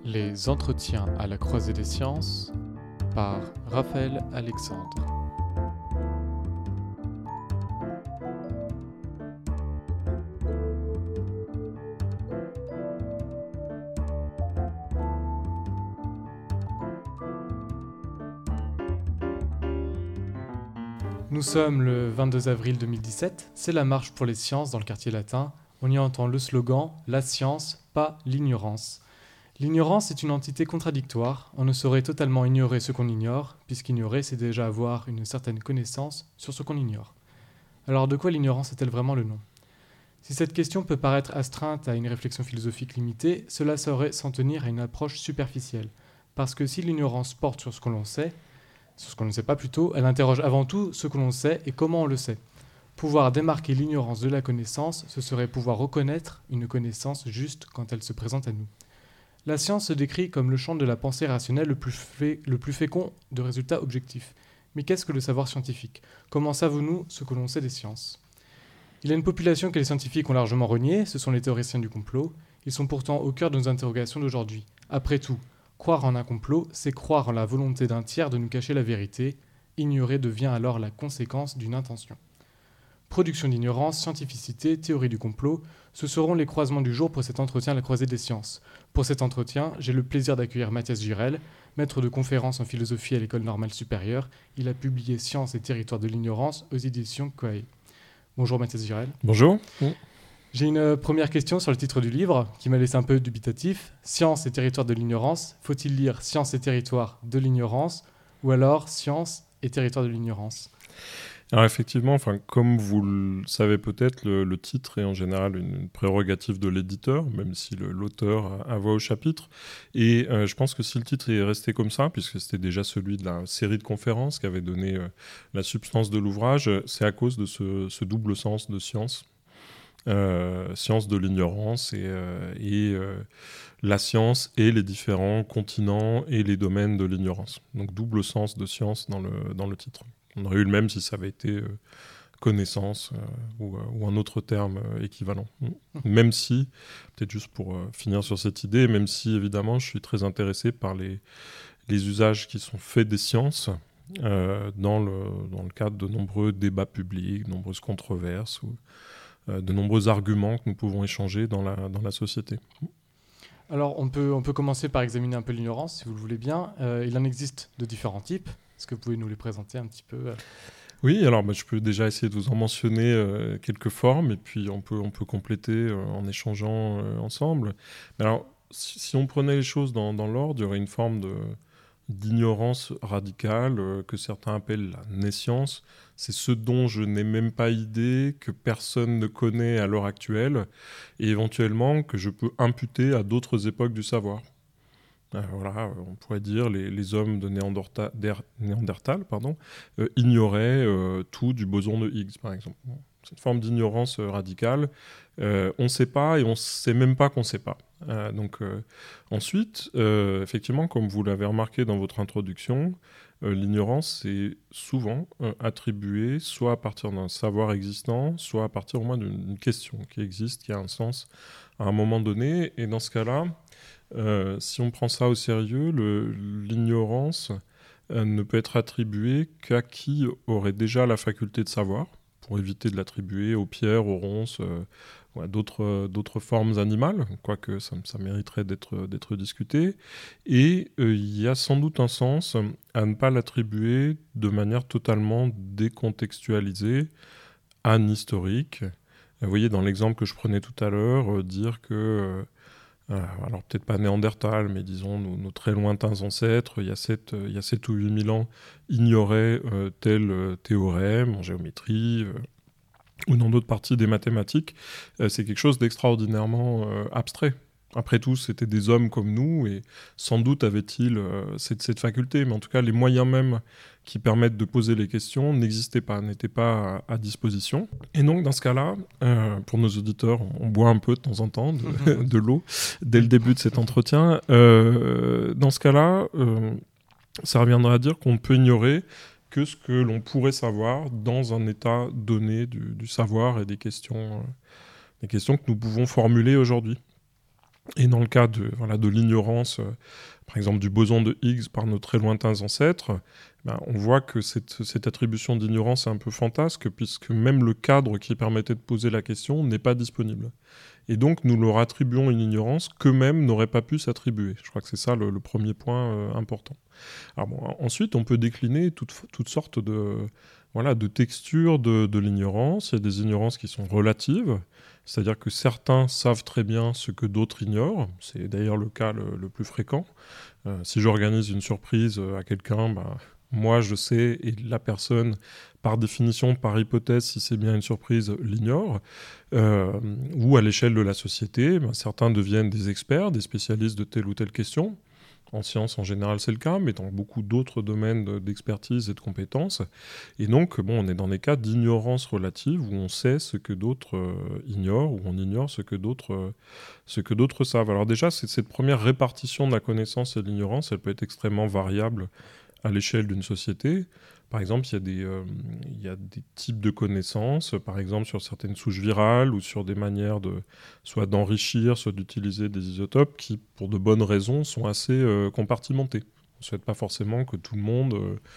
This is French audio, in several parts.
Les entretiens à la croisée des sciences par Raphaël Alexandre. Nous sommes le 22 avril 2017, c'est la marche pour les sciences dans le quartier latin. On y entend le slogan « La science, pas l'ignorance ». L'ignorance est une entité contradictoire. On ne saurait totalement ignorer ce qu'on ignore, puisqu'ignorer, c'est déjà avoir une certaine connaissance sur ce qu'on ignore. Alors de quoi l'ignorance est-elle vraiment le nom ? Si cette question peut paraître astreinte à une réflexion philosophique limitée, cela saurait s'en tenir à une approche superficielle. Parce que si l'ignorance porte sur ce que l'on sait, sur ce qu'on ne sait pas plutôt, elle interroge avant tout ce que l'on sait et comment on le sait. Pouvoir démarquer l'ignorance de la connaissance, ce serait pouvoir reconnaître une connaissance juste quand elle se présente à nous. La science se décrit comme le champ de la pensée rationnelle le plus fécond de résultats objectifs. Mais qu'est-ce que le savoir scientifique ? Comment savons-nous ce que l'on sait des sciences ? Il y a une population que les scientifiques ont largement reniée, ce sont les théoriciens du complot. Ils sont pourtant au cœur de nos interrogations d'aujourd'hui. Après tout, croire en un complot, c'est croire en la volonté d'un tiers de nous cacher la vérité. Ignorer devient alors la conséquence d'une intention. Production d'ignorance, scientificité, théorie du complot, ce seront les croisements du jour pour cet entretien à la croisée des sciences. Pour cet entretien, j'ai le plaisir d'accueillir Mathias Girel, maître de conférences en philosophie à l'École normale supérieure. Il a publié Science et territoire de l'ignorance aux éditions Quae. Bonjour Mathias Girel. Bonjour. J'ai une première question sur le titre du livre qui m'a laissé un peu dubitatif. Science et territoire de l'ignorance. Faut-il lire Science et territoire de l'ignorance ou alors Science et territoire de l'ignorance ? Alors effectivement, comme vous le savez peut-être, le titre est en général une prérogative de l'éditeur, même si l'auteur a voix au chapitre. Et je pense que si le titre est resté comme ça, puisque c'était déjà celui de la série de conférences qui avait donné la substance de l'ouvrage, c'est à cause de ce double sens de science. Science de l'ignorance et la science et les différents continents et les domaines de l'ignorance. Donc double sens de science dans le titre. On aurait eu le même si ça avait été connaissance ou un autre terme équivalent. Même si, peut-être juste pour finir sur cette idée, même si évidemment je suis très intéressé par les usages qui sont faits des sciences dans le cadre de nombreux débats publics, de nombreuses controverses ou de nombreux arguments que nous pouvons échanger dans la société. Alors on peut commencer par examiner un peu l'ignorance, si vous le voulez bien. Il en existe de différents types. Est-ce que vous pouvez nous les présenter un petit peu ? Oui, alors je peux déjà essayer de vous en mentionner quelques formes, et puis on peut compléter en échangeant ensemble. Mais alors, si on prenait les choses dans l'ordre, il y aurait une forme d'ignorance radicale que certains appellent la nescience. C'est ce dont je n'ai même pas idée, que personne ne connaît à l'heure actuelle, et éventuellement que je peux imputer à d'autres époques du savoir. Voilà, on pourrait dire les hommes de Néandertal ignoraient tout du boson de Higgs, par exemple. C'est une forme d'ignorance radicale. On ne sait pas et on ne sait même pas qu'on ne sait pas. Ensuite, effectivement, comme vous l'avez remarqué dans votre introduction, l'ignorance est souvent attribuée soit à partir d'un savoir existant, soit à partir au moins d'une question qui existe, qui a un sens à un moment donné. Et dans ce cas-là, si on prend ça au sérieux, l'ignorance ne peut être attribuée qu'à qui aurait déjà la faculté de savoir, pour éviter de l'attribuer aux pierres, aux ronces, ou à d'autres formes animales, quoique ça mériterait d'être discuté. Et il y a sans doute un sens à ne pas l'attribuer de manière totalement décontextualisée à un historique. Vous voyez, dans l'exemple que je prenais tout à l'heure, dire que... alors peut-être pas Néandertal, mais disons nos très lointains ancêtres, il y a 7 ou 8 000 ans, ignoraient tel théorème en géométrie ou dans d'autres parties des mathématiques. C'est quelque chose d'extraordinairement abstrait. Après tout, c'était des hommes comme nous, et sans doute avaient-ils cette faculté, mais en tout cas, les moyens même qui permettent de poser les questions n'existaient pas, n'étaient pas à disposition. Et donc, dans ce cas-là, pour nos auditeurs, on boit un peu de temps en temps de l'eau dès le début de cet entretien. Dans ce cas-là, ça reviendra à dire qu'on ne peut ignorer que ce que l'on pourrait savoir dans un état donné du savoir et des questions que nous pouvons formuler aujourd'hui. Et dans le cas de l'ignorance, par exemple du boson de Higgs par nos très lointains ancêtres, on voit que cette attribution d'ignorance est un peu fantasque, puisque même le cadre qui permettait de poser la question n'est pas disponible. Et donc nous leur attribuons une ignorance qu'eux-mêmes n'auraient pas pu s'attribuer. Je crois que c'est ça le premier point important. Alors ensuite, on peut décliner toutes sortes de textures de l'ignorance. Il y a des ignorances qui sont relatives, c'est-à-dire que certains savent très bien ce que d'autres ignorent. C'est d'ailleurs le cas le plus fréquent. Si j'organise une surprise à quelqu'un, moi je sais, et la personne, par définition, par hypothèse, si c'est bien une surprise, l'ignore. Ou à l'échelle de la société, certains deviennent des experts, des spécialistes de telle ou telle question. En sciences, en général, c'est le cas, mais dans beaucoup d'autres domaines d'expertise et de compétences. Et donc, on est dans des cas d'ignorance relative où on sait ce que d'autres ignorent, ou on ignore ce que d'autres savent. Alors déjà, cette première répartition de la connaissance et de l'ignorance, elle peut être extrêmement variable à l'échelle d'une société. Par exemple, il y a des types de connaissances, par exemple sur certaines souches virales ou sur des manières soit d'enrichir, soit d'utiliser des isotopes qui, pour de bonnes raisons, sont assez compartimentés. On ne souhaite pas forcément que tout le monde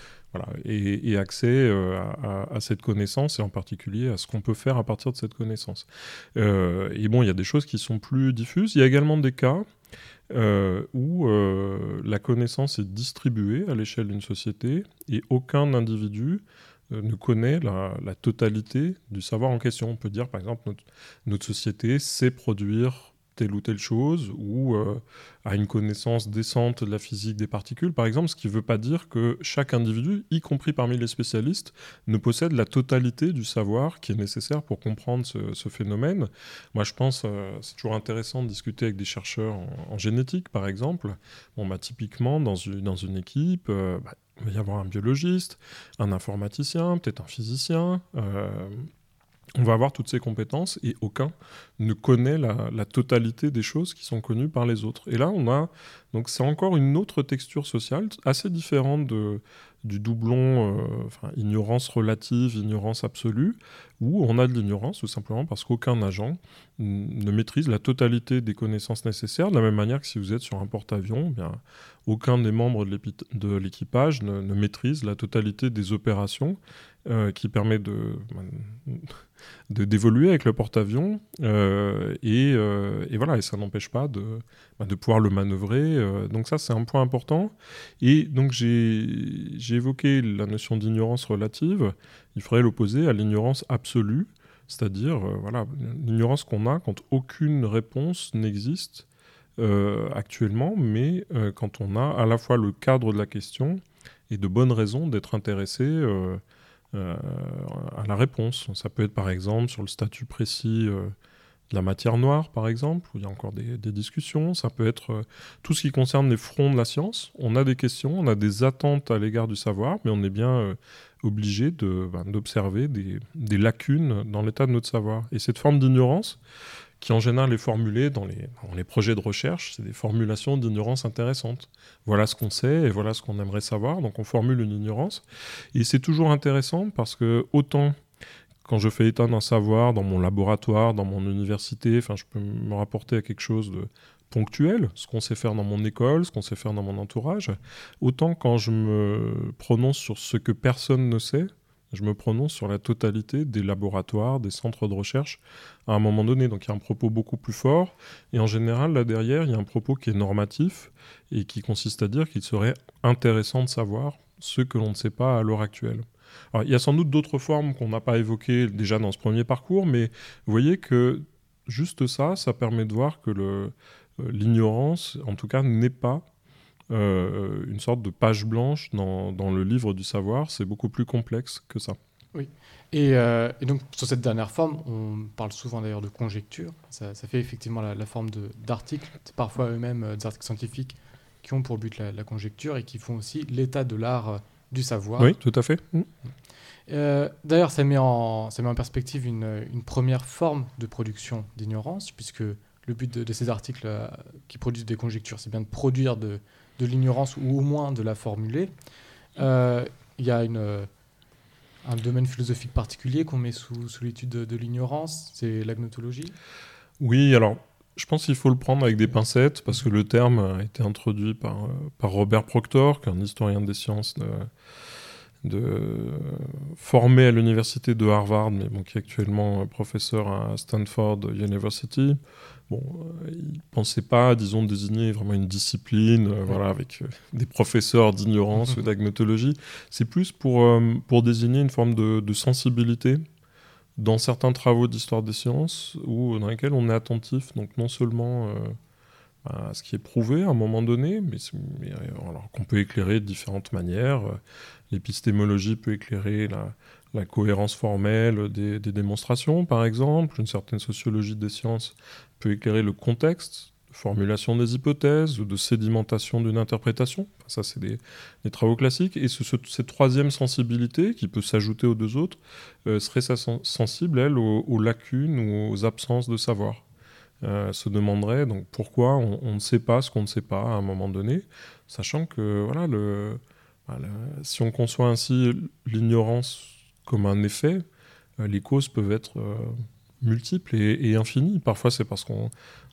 ait accès à cette connaissance et en particulier à ce qu'on peut faire à partir de cette connaissance. Et il y a des choses qui sont plus diffuses. Il y a également des cas où la connaissance est distribuée à l'échelle d'une société et aucun individu ne connaît la totalité du savoir en question. On peut dire, par exemple, notre société sait produire telle ou telle chose, ou a une connaissance décente de la physique des particules, par exemple, ce qui ne veut pas dire que chaque individu, y compris parmi les spécialistes, ne possède la totalité du savoir qui est nécessaire pour comprendre ce phénomène. Moi, je pense c'est toujours intéressant de discuter avec des chercheurs en génétique, par exemple. Typiquement, dans une équipe, il va y avoir un biologiste, un informaticien, peut-être un physicien. On va avoir toutes ces compétences et aucun ne connaît la totalité des choses qui sont connues par les autres. Et là, donc c'est encore une autre texture sociale assez différente du doublon ignorance relative, ignorance absolue, où on a de l'ignorance tout simplement parce qu'aucun agent ne maîtrise la totalité des connaissances nécessaires, de la même manière que si vous êtes sur un porte-avions, aucun des membres de l'équipage ne maîtrise la totalité des opérations qui permet d'évoluer avec le porte-avions et ça n'empêche pas de pouvoir le manœuvrer. Donc ça, c'est un point important. Et donc j'ai évoqué la notion d'ignorance relative. Il faudrait l'opposer à l'ignorance absolue, c'est-à-dire l'ignorance qu'on a quand aucune réponse n'existe actuellement, mais quand on a à la fois le cadre de la question et de bonnes raisons d'être intéressé à la réponse. Ça peut être par exemple sur le statut précis de la matière noire, par exemple, où il y a encore des discussions. Ça peut être tout ce qui concerne les fronts de la science. On a des questions, on a des attentes à l'égard du savoir, mais on est bien obligé d'observer des lacunes dans l'état de notre savoir. Et cette forme d'ignorance, qui en général est formulée dans les projets de recherche, c'est des formulations d'ignorance intéressantes. Voilà ce qu'on sait et voilà ce qu'on aimerait savoir, donc on formule une ignorance. Et c'est toujours intéressant parce que autant quand je fais état d'un savoir dans mon laboratoire, dans mon université, je peux me rapporter à quelque chose de ponctuel, ce qu'on sait faire dans mon école, ce qu'on sait faire dans mon entourage, autant quand je me prononce sur ce que personne ne sait, je me prononce sur la totalité des laboratoires, des centres de recherche à un moment donné. Donc il y a un propos beaucoup plus fort. Et en général, là derrière, il y a un propos qui est normatif et qui consiste à dire qu'il serait intéressant de savoir ce que l'on ne sait pas à l'heure actuelle. Alors, il y a sans doute d'autres formes qu'on n'a pas évoquées déjà dans ce premier parcours, mais vous voyez que juste ça permet de voir que l'ignorance, en tout cas, n'est pas une sorte de page blanche dans le livre du savoir. C'est beaucoup plus complexe que ça. Oui. Et donc, sur cette dernière forme, on parle souvent d'ailleurs de conjecture. Ça fait effectivement la forme d'articles. C'est parfois eux-mêmes des articles scientifiques qui ont pour but la conjecture et qui font aussi l'état de l'art du savoir. Oui, tout à fait. D'ailleurs, ça met en perspective une première forme de production d'ignorance, puisque le but de ces articles qui produisent des conjectures, c'est bien de produire de l'ignorance ou au moins de la formuler. Il y a un domaine philosophique particulier qu'on met sous l'étude de l'ignorance, c'est l'agnotologie. Oui, alors Je pense qu'il faut le prendre avec des pincettes, parce que le terme a été introduit par Robert Proctor, qui est un historien des sciences formé à l'université de Harvard, mais bon, qui est actuellement professeur à Stanford University. Bon, il ne pensait pas, disons, désigner vraiment une discipline, voilà, avec des professeurs d'ignorance ou d'agnotologie. C'est plus pour désigner une forme de sensibilité dans certains travaux d'histoire des sciences dans lesquels on est attentif, donc non seulement à ce qui est prouvé à un moment donné, mais alors qu'on peut éclairer de différentes manières. L'épistémologie peut éclairer la cohérence formelle des démonstrations, par exemple. Une certaine sociologie des sciences peut éclairer le contexte de formulation des hypothèses ou de sédimentation d'une interprétation. Ça, c'est des travaux classiques. Et cette troisième sensibilité, qui peut s'ajouter aux deux autres, serait sensible, elle, aux lacunes ou aux absences de savoir. Se demanderait donc pourquoi on ne sait pas ce qu'on ne sait pas à un moment donné, sachant que voilà, si on conçoit ainsi l'ignorance comme un effet, les causes peuvent être multiples et infinies. Parfois, c'est parce qu'on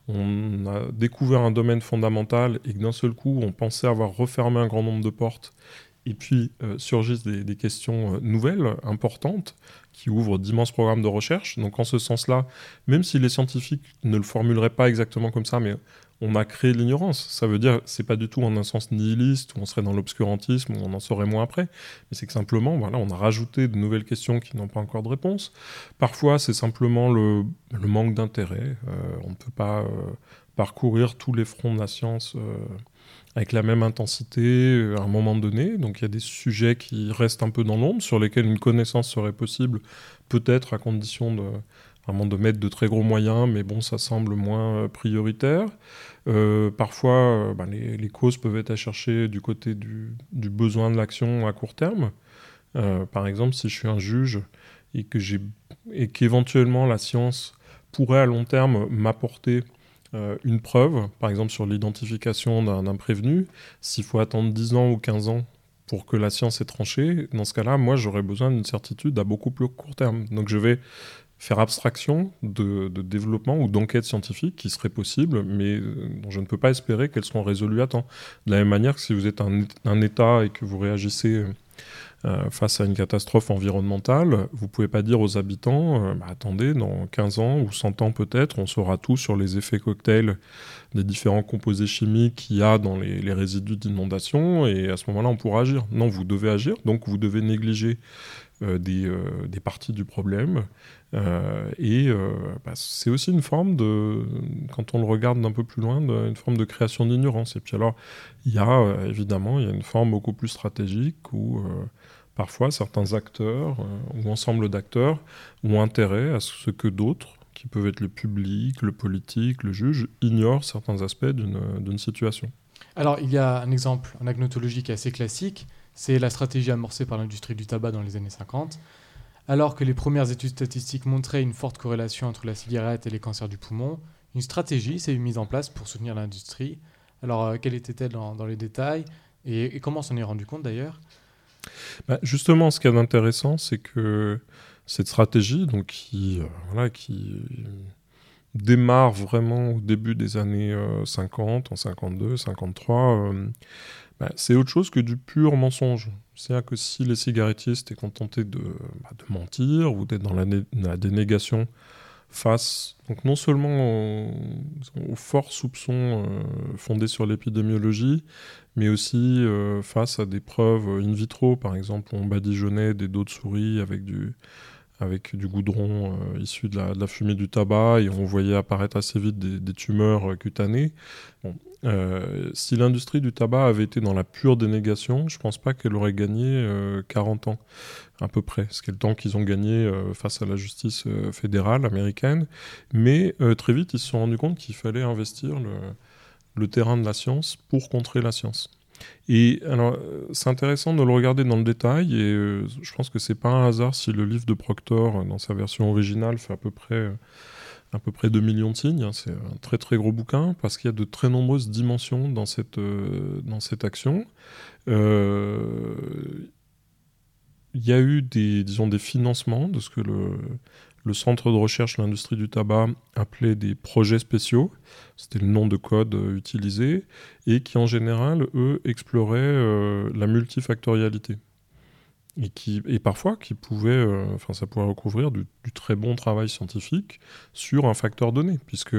a découvert un domaine fondamental et que d'un seul coup, on pensait avoir refermé un grand nombre de portes. Et puis surgissent des questions nouvelles, importantes, qui ouvrent d'immenses programmes de recherche. Donc en ce sens-là, même si les scientifiques ne le formuleraient pas exactement comme ça, mais on a créé l'ignorance. Ça veut dire, c'est pas du tout en un sens nihiliste, où on serait dans l'obscurantisme, où on en saurait moins après. Mais c'est que simplement, voilà, on a rajouté de nouvelles questions qui n'ont pas encore de réponse. Parfois, c'est simplement le manque d'intérêt. On ne peut pas parcourir tous les fronts de la science avec la même intensité à un moment donné. Donc il y a des sujets qui restent un peu dans l'ombre, sur lesquels une connaissance serait possible, peut-être à condition vraiment de mettre de très gros moyens, mais bon, ça semble moins prioritaire. Parfois, les causes peuvent être à chercher du côté du besoin de l'action à court terme. Par exemple, si je suis un juge et qu'éventuellement la science pourrait à long terme m'apporter une preuve, par exemple sur l'identification d'un prévenu, s'il faut attendre 10 ans ou 15 ans pour que la science ait tranché, dans ce cas-là, moi, j'aurais besoin d'une certitude à beaucoup plus court terme. Donc je vais faire abstraction de développement ou d'enquête scientifique qui serait possible, mais dont je ne peux pas espérer qu'elles seront résolues à temps. De la même manière que si vous êtes un État et que vous réagissez face à une catastrophe environnementale, vous ne pouvez pas dire aux habitants attendez, dans 15 ans ou 100 ans peut-être, on saura tout sur les effets cocktails des différents composés chimiques qu'il y a dans les résidus d'inondation, et à ce moment-là, on pourra agir. Non, vous devez agir, donc vous devez négliger des parties du problème. C'est aussi une forme quand on le regarde d'un peu plus loin, une forme de création d'ignorance. Et puis alors, il y a évidemment une forme beaucoup plus stratégique où parfois certains acteurs ou ensemble d'acteurs ont intérêt à ce que d'autres, qui peuvent être le public, le politique, le juge, ignorent certains aspects d'une situation. Alors, il y a un exemple en agnotologie qui est assez classique, c'est la stratégie amorcée par l'industrie du tabac dans les années 50. Alors que les premières études statistiques montraient une forte corrélation entre la cigarette et les cancers du poumon, une stratégie s'est mise en place pour soutenir l'industrie. Alors, quelle était-elle dans les détails et comment s'en est rendu compte d'ailleurs ? Justement, ce qui est intéressant, c'est que cette stratégie, donc, qui démarre vraiment au début des années 50, en 52, 53, c'est autre chose que du pur mensonge. C'est-à-dire que si les cigarettistes étaient contentés de mentir ou d'être dans la dénégation face, donc non seulement aux forts soupçons fondés sur l'épidémiologie, mais aussi face à des preuves in vitro. Par exemple, on badigeonnait des dos de souris avec du goudron issu de la fumée du tabac, et on voyait apparaître assez vite des tumeurs cutanées. Bon. Si l'industrie du tabac avait été dans la pure dénégation, je ne pense pas qu'elle aurait gagné 40 ans, à peu près, ce qui est le temps qu'ils ont gagné face à la justice fédérale américaine. Mais très vite, ils se sont rendus compte qu'il fallait investir le terrain de la science pour contrer la science. Et alors, c'est intéressant de le regarder dans le détail, et je pense que c'est pas un hasard si le livre de Proctor, dans sa version originale, fait à peu près 2 millions de signes. C'est un très très gros bouquin, parce qu'il y a de très nombreuses dimensions dans cette action. Il y a eu des financements de ce que le centre de recherche de l'industrie du tabac appelait des projets spéciaux, c'était le nom de code utilisé, et qui en général, eux, exploraient la multifactorialité. Et parfois, ça pouvait recouvrir du très bon travail scientifique sur un facteur donné, puisque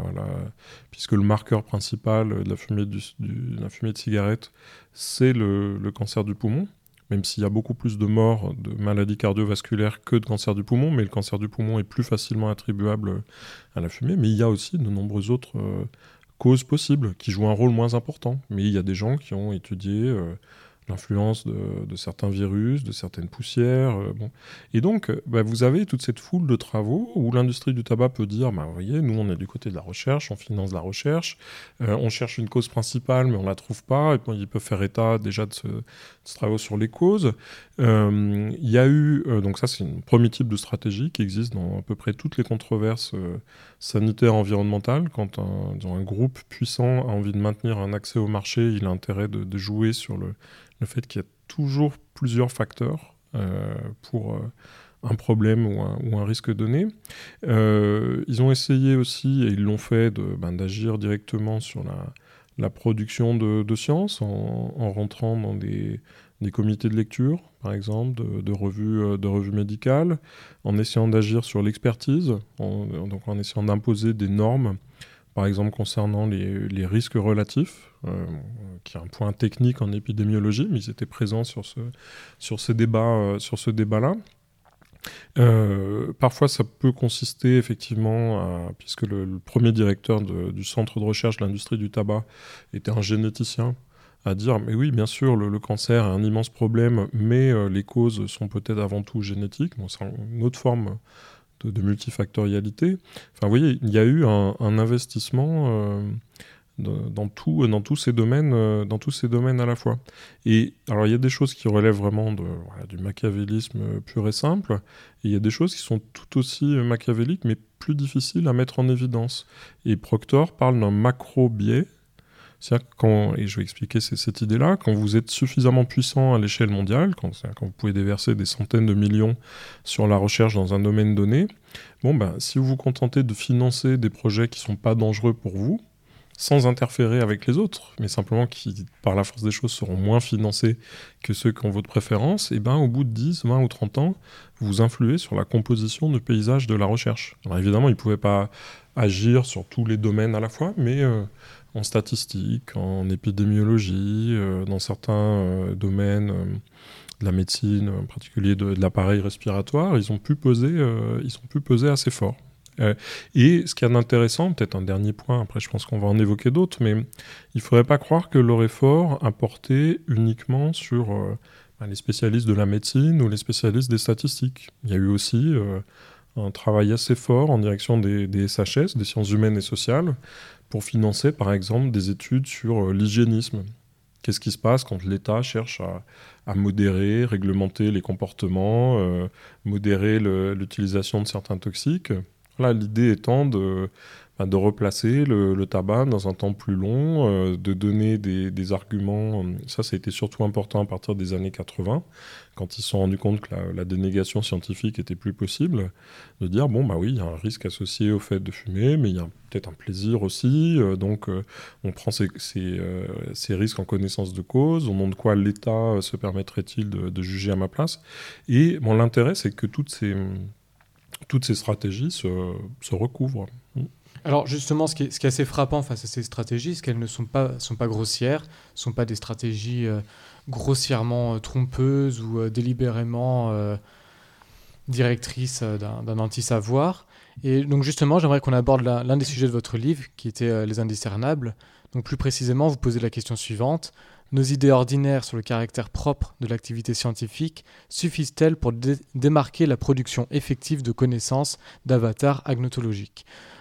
le marqueur principal de la fumée de cigarette, c'est le cancer du poumon, même s'il y a beaucoup plus de morts de maladies cardiovasculaires que de cancer du poumon, mais le cancer du poumon est plus facilement attribuable à la fumée. Mais il y a aussi de nombreuses autres causes possibles qui jouent un rôle moins important. Mais il y a des gens qui ont étudié l'influence de certains virus, de certaines poussières. Et donc, vous avez toute cette foule de travaux où l'industrie du tabac peut dire, vous voyez, nous, on est du côté de la recherche, on finance la recherche, on cherche une cause principale, mais on ne la trouve pas, et puis ils peuvent faire état déjà de ce travail sur les causes. Il y a eu, donc ça, c'est un premier type de stratégie qui existe dans à peu près toutes les controverses sanitaires environnementales. Quand un groupe puissant a envie de maintenir un accès au marché, il a intérêt de jouer sur le fait qu'il y a toujours plusieurs facteurs pour un problème ou un risque donné. Ils ont essayé aussi, et ils l'ont fait, d'agir directement sur la production de sciences en rentrant dans des comités de lecture, par exemple, de revues médicales, en essayant d'agir sur l'expertise, donc en essayant d'imposer des normes, par exemple concernant les risques relatifs, qui est un point technique en épidémiologie, mais ils étaient présents sur ce débat-là. Parfois, ça peut consister effectivement, puisque le premier directeur du centre de recherche de l'industrie du tabac était un généticien, à dire, mais oui, bien sûr, le cancer est un immense problème, mais les causes sont peut-être avant tout génétiques. C'est une autre forme de multifactorialité. Enfin, vous voyez, il y a eu un investissement dans tous ces domaines à la fois. Et alors, il y a des choses qui relèvent vraiment du machiavélisme pur et simple, et il y a des choses qui sont tout aussi machiavéliques, mais plus difficiles à mettre en évidence. Et Proctor parle d'un macro-biais. C'est-à-dire et je vais expliquer cette idée-là, quand vous êtes suffisamment puissant à l'échelle mondiale, quand vous pouvez déverser des centaines de millions sur la recherche dans un domaine donné, si vous vous contentez de financer des projets qui ne sont pas dangereux pour vous, sans interférer avec les autres, mais simplement qui, par la force des choses, seront moins financés que ceux qui ont votre préférence, et au bout de 10, 20 ou 30 ans, vous influez sur la composition du paysage de la recherche. Alors évidemment, ils ne pouvaient pas agir sur tous les domaines à la fois, mais en statistique, en épidémiologie, dans certains domaines de la médecine, en particulier de l'appareil respiratoire, ils ont pu peser assez fort. Et ce qu'il y a d'intéressant, peut-être un dernier point, après je pense qu'on va en évoquer d'autres, mais il ne faudrait pas croire que leur effort a porté uniquement sur les spécialistes de la médecine ou les spécialistes des statistiques. Il y a eu aussi un travail assez fort en direction des SHS, des sciences humaines et sociales, pour financer par exemple des études sur l'hygiénisme. Qu'est-ce qui se passe quand l'État cherche à modérer, réglementer les comportements, modérer l'utilisation de certains toxiques ? Là, l'idée étant de replacer le tabac dans un temps plus long, de donner des arguments. Ça a été surtout important à partir des années 80, quand ils se sont rendus compte que la dénégation scientifique était plus possible, de dire, oui, il y a un risque associé au fait de fumer, mais il y a peut-être un plaisir aussi, donc on prend ces risques en connaissance de cause, au nom de quoi l'État se permettrait-il de juger à ma place. Et l'intérêt, c'est que toutes ces stratégies se recouvrent. Alors justement, ce qui est assez frappant face à ces stratégies, c'est qu'elles ne sont pas grossières, ne sont pas des stratégies grossièrement trompeuses ou délibérément directrices d'un anti-savoir. Et donc justement, j'aimerais qu'on aborde l'un des sujets de votre livre, qui était les indiscernables. Donc plus précisément, vous posez la question suivante. Nos idées ordinaires sur le caractère propre de l'activité scientifique suffisent-elles pour démarquer la production effective de connaissances d'avatars agnotologiques ?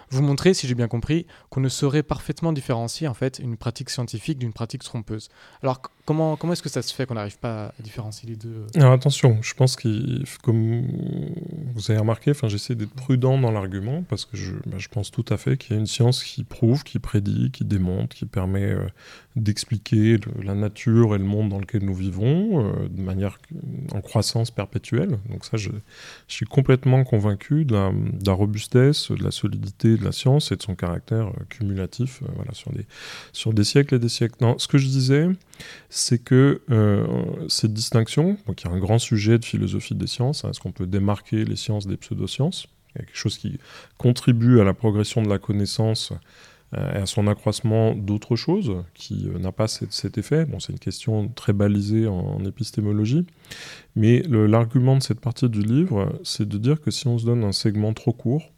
Vous montrez, si j'ai bien compris, qu'on ne saurait parfaitement différencier en fait une pratique scientifique d'une pratique trompeuse. Alors comment est-ce que ça se fait qu'on n'arrive pas à différencier les deux? Alors attention, je pense que, comme vous avez remarqué, j'essaie d'être prudent dans l'argument parce que je pense tout à fait qu'il y a une science qui prouve, qui prédit, qui démontre, qui permet d'expliquer la nature et le monde dans lequel nous vivons de manière en croissance perpétuelle. Donc ça, je suis complètement convaincu de la robustesse, de la solidité de la science et de son caractère cumulatif sur des siècles et des siècles. Non, ce que je disais, c'est que cette distinction, donc il y a un grand sujet de philosophie des sciences, est-ce qu'on peut démarquer les sciences des pseudosciences? Il y a quelque chose qui contribue à la progression de la connaissance et à son accroissement d'autres choses, qui n'a pas cet effet. Bon, c'est une question très balisée en épistémologie, mais l'argument de cette partie du livre, c'est de dire que si on se donne un segment trop court,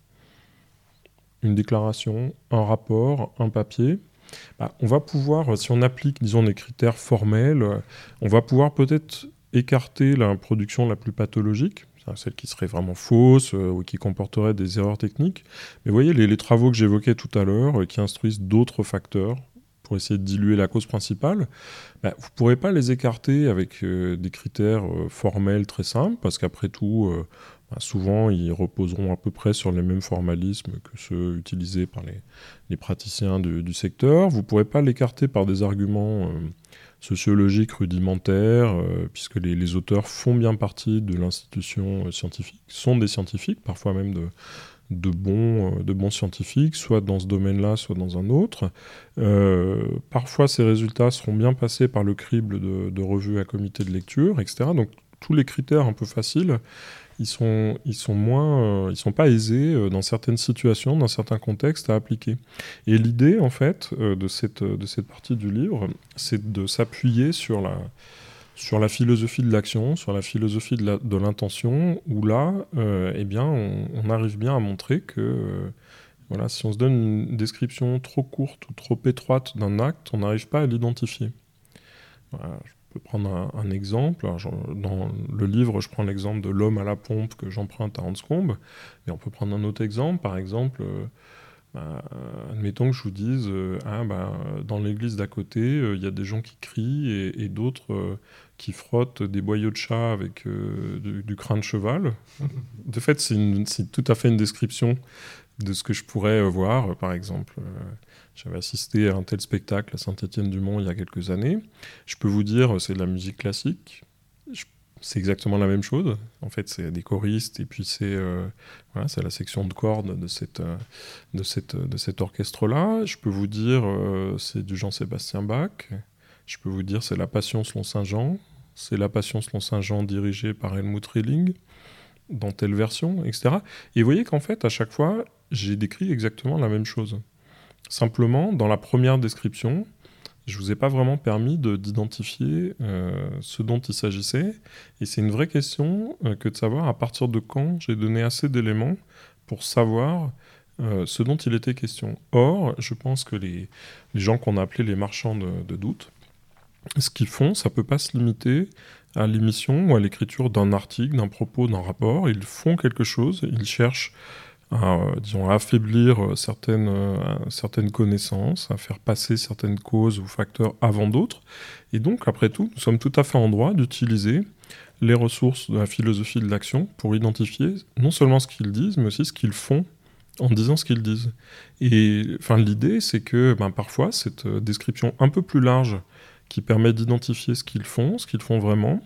une déclaration, un rapport, un papier, on va pouvoir, si on applique, disons, des critères formels, on va pouvoir peut-être écarter la production la plus pathologique, celle qui serait vraiment fausse ou qui comporterait des erreurs techniques. Mais vous voyez, les travaux que j'évoquais tout à l'heure, qui instruisent d'autres facteurs pour essayer de diluer la cause principale, vous ne pourrez pas les écarter avec des critères formels très simples, parce qu'après tout, souvent, ils reposeront à peu près sur les mêmes formalismes que ceux utilisés par les praticiens du secteur. Vous ne pourrez pas l'écarter par des arguments sociologiques rudimentaires, puisque les auteurs font bien partie de l'institution scientifique, sont des scientifiques, parfois même de bons scientifiques, soit dans ce domaine-là, soit dans un autre. Parfois, ces résultats seront bien passés par le crible de revues à comité de lecture, etc. Donc, tous les critères un peu faciles, ils sont pas aisés dans certaines situations, dans certains contextes à appliquer. Et l'idée, en fait, de cette partie du livre, c'est de s'appuyer sur la philosophie de l'action, sur la philosophie de l'intention, où là, on arrive bien à montrer que si on se donne une description trop courte ou trop étroite d'un acte, on n'arrive pas à l'identifier. Voilà. Je peux prendre un exemple. Dans le livre, je prends l'exemple de l'homme à la pompe que j'emprunte à Hans Combe, mais on peut prendre un autre exemple. Par exemple, admettons que je vous dise dans l'église d'à côté, il y a des gens qui crient et d'autres qui frottent des boyaux de chat avec du crin de cheval. De fait, c'est tout à fait une description de ce que je pourrais voir. Par exemple, j'avais assisté à un tel spectacle à Saint-Étienne-du-Mont il y a quelques années. Je peux vous dire, c'est de la musique classique. C'est exactement la même chose. En fait, c'est des choristes et puis c'est la section de cordes de cet orchestre-là. Je peux vous dire, c'est du Jean-Sébastien Bach. Je peux vous dire, c'est la Passion selon Saint Jean. C'est la Passion selon Saint Jean dirigée par Helmut Rilling, dans telle version, etc. Et vous voyez qu'en fait, à chaque fois, j'ai décrit exactement la même chose. Simplement, dans la première description, je ne vous ai pas vraiment permis d'identifier ce dont il s'agissait. Et c'est une vraie question que de savoir à partir de quand j'ai donné assez d'éléments pour savoir ce dont il était question. Or, je pense que les gens qu'on a appelés les marchands de doute, ce qu'ils font, ça ne peut pas se limiter à l'émission ou à l'écriture d'un article, d'un propos, d'un rapport. Ils font quelque chose, ils cherchent à affaiblir certaines connaissances, à faire passer certaines causes ou facteurs avant d'autres. Et donc, après tout, nous sommes tout à fait en droit d'utiliser les ressources de la philosophie de l'action pour identifier non seulement ce qu'ils disent, mais aussi ce qu'ils font en disant ce qu'ils disent. Et l'idée, c'est que parfois, cette description un peu plus large qui permet d'identifier ce qu'ils font vraiment,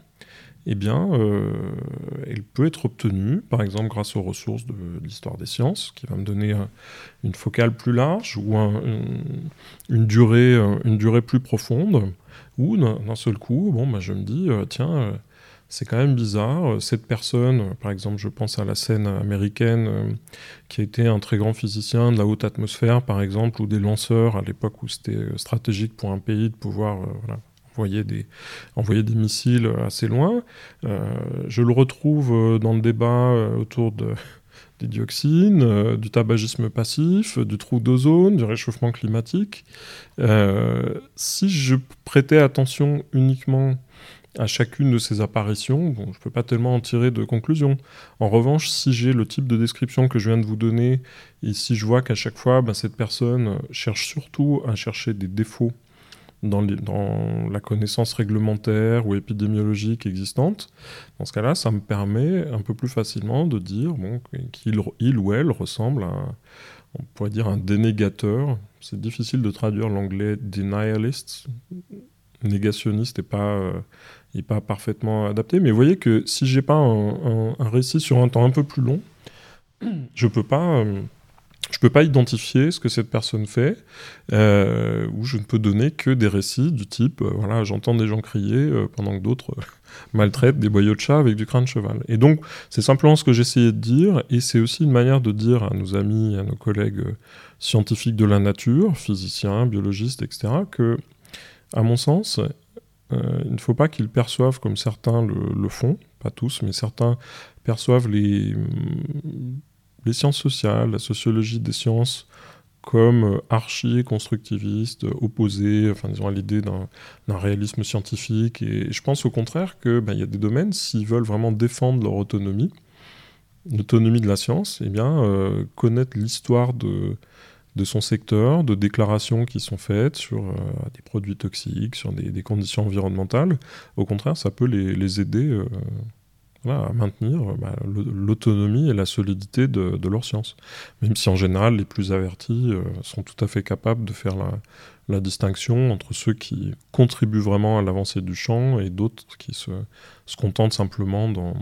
elle peut être obtenue, par exemple grâce aux ressources de l'histoire des sciences, qui va me donner une focale plus large ou une durée plus profonde, ou d'un seul coup, je me dis, c'est quand même bizarre, cette personne, par exemple, je pense à la scène américaine, qui a été un très grand physicien de la haute atmosphère, par exemple, ou des lanceurs, à l'époque où c'était stratégique pour un pays de pouvoir envoyer des missiles assez loin. Je le retrouve dans le débat autour des dioxines, du tabagisme passif, du trou d'ozone, du réchauffement climatique. Si je prêtais attention uniquement à chacune de ces apparitions, je ne peux pas tellement en tirer de conclusion. En revanche, si j'ai le type de description que je viens de vous donner, et si je vois qu'à chaque fois, cette personne cherche surtout à chercher des défauts dans la connaissance réglementaire ou épidémiologique existante, dans ce cas-là, ça me permet un peu plus facilement de dire qu'il ou elle ressemble à, on pourrait dire, un dénégateur. C'est difficile de traduire l'anglais denialist. Négationniste n'est pas parfaitement adapté. Mais vous voyez que si j'ai pas un récit sur un temps un peu plus long, je peux pas identifier ce que cette personne fait, ou je ne peux donner que des récits du type, j'entends des gens crier pendant que d'autres maltraitent des boyaux de chat avec du crin de cheval. Et donc, c'est simplement ce que j'essayais de dire, et c'est aussi une manière de dire à nos amis, à nos collègues scientifiques de la nature, physiciens, biologistes, etc., que, à mon sens, il ne faut pas qu'ils perçoivent comme certains le font, pas tous, mais certains perçoivent les sciences sociales, la sociologie des sciences, comme archi-constructivistes, opposés, disons, à l'idée d'un réalisme scientifique. Et je pense au contraire qu'il y a des domaines, s'ils veulent vraiment défendre leur autonomie, l'autonomie de la science, connaître l'histoire de son secteur, de déclarations qui sont faites sur des produits toxiques, sur des conditions environnementales. Au contraire, ça peut les aider à maintenir l'autonomie et la solidité de leur science. Même si en général, les plus avertis sont tout à fait capables de faire la distinction entre ceux qui contribuent vraiment à l'avancée du champ et d'autres qui se contentent simplement d'en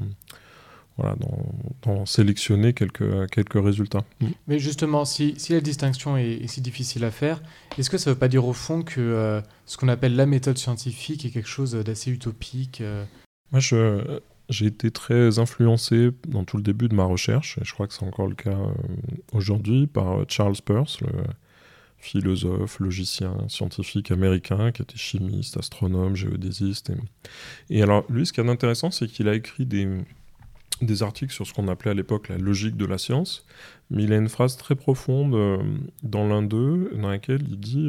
sélectionner quelques résultats. Mais justement, si la distinction est si difficile à faire, est-ce que ça ne veut pas dire au fond que ce qu'on appelle la méthode scientifique est quelque chose d'assez utopique Moi, j'ai été très influencé dans tout le début de ma recherche, et je crois que c'est encore le cas aujourd'hui, par Charles Peirce, le philosophe, logicien, scientifique américain, qui était chimiste, astronome, géodésiste. Et alors, lui, ce qui est intéressant, c'est qu'il a écrit des articles sur ce qu'on appelait à l'époque la logique de la science, mais il a une phrase très profonde dans l'un d'eux, dans laquelle il dit,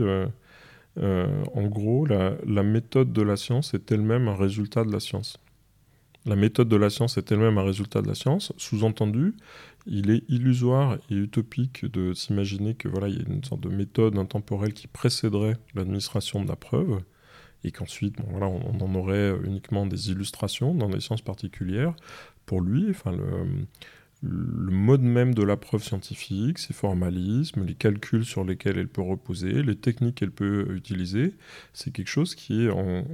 en gros, la méthode de la science est elle-même un résultat de la science. La méthode de la science est elle-même un résultat de la science. Sous-entendu, il est illusoire et utopique de s'imaginer que il y a une sorte de méthode intemporelle qui précéderait l'administration de la preuve, et qu'ensuite, on en aurait uniquement des illustrations dans des sciences particulières. Pour lui, le mode même de la preuve scientifique, ses formalismes, les calculs sur lesquels elle peut reposer, les techniques qu'elle peut utiliser, c'est quelque chose qui est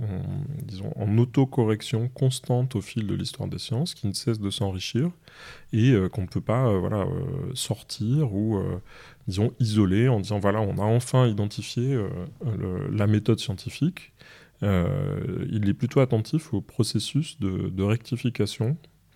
en autocorrection constante au fil de l'histoire des sciences, qui ne cesse de s'enrichir et qu'on ne peut pas sortir ou isoler en disant on a enfin identifié la méthode scientifique. Il est plutôt attentif au processus de rectification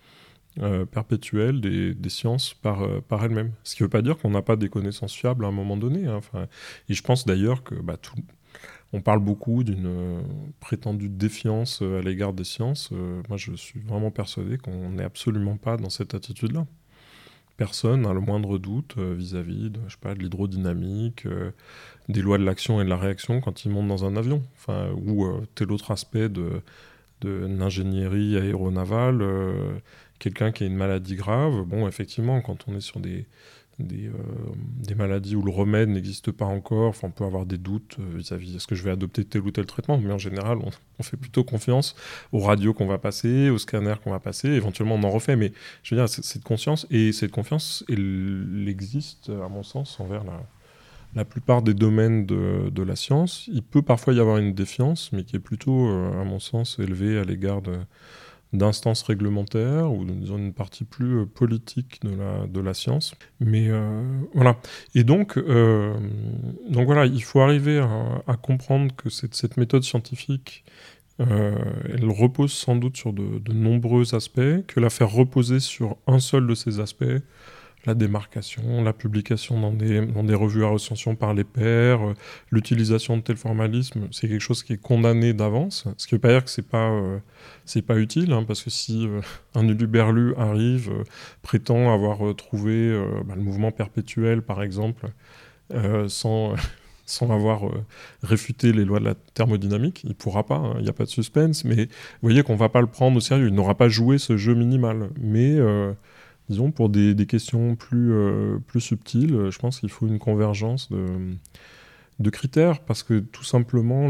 perpétuelle des sciences par elles-mêmes. Ce qui ne veut pas dire qu'on n'a pas des connaissances fiables à un moment donné. Et je pense d'ailleurs que on parle beaucoup d'une prétendue défiance à l'égard des sciences. Moi, je suis vraiment persuadé qu'on n'est absolument pas dans cette attitude-là. Personne n'a le moindre doute vis-à-vis de l'hydrodynamique, des lois de l'action et de la réaction quand il monte dans un avion, ou tel autre aspect de l'ingénierie aéronavale. Quelqu'un qui a une maladie grave, effectivement, quand on est sur des maladies où le remède n'existe pas encore, on peut avoir des doutes vis-à-vis est-ce que je vais adopter tel ou tel traitement, mais en général, on fait plutôt confiance aux radios qu'on va passer, aux scanners qu'on va passer, éventuellement on en refait, mais je veux dire, cette conscience, et cette confiance, elle existe, à mon sens, envers la plupart des domaines de la science. Il peut parfois y avoir une défiance, mais qui est plutôt, à mon sens, élevée à l'égard d'instances réglementaires ou disons une partie plus politique de la science. Mais voilà. Et donc voilà, il faut arriver à comprendre que cette méthode scientifique, elle repose sans doute sur de nombreux aspects, que la faire reposer sur un seul de ces aspects, la démarcation, la publication dans des revues à recension par les pairs, l'utilisation de tel formalisme, c'est quelque chose qui est condamné d'avance. Ce qui ne veut pas dire que c'est pas utile, parce que si un huluberlu arrive, prétend avoir trouvé le mouvement perpétuel, par exemple, sans sans avoir réfuté les lois de la thermodynamique. Il ne pourra pas, hein, il n'y a pas de suspense, mais vous voyez qu'on ne va pas le prendre au sérieux. Il n'aura pas joué ce jeu minimal. Mais disons, pour des questions plus subtiles, je pense qu'il faut une convergence de critères, parce que tout simplement,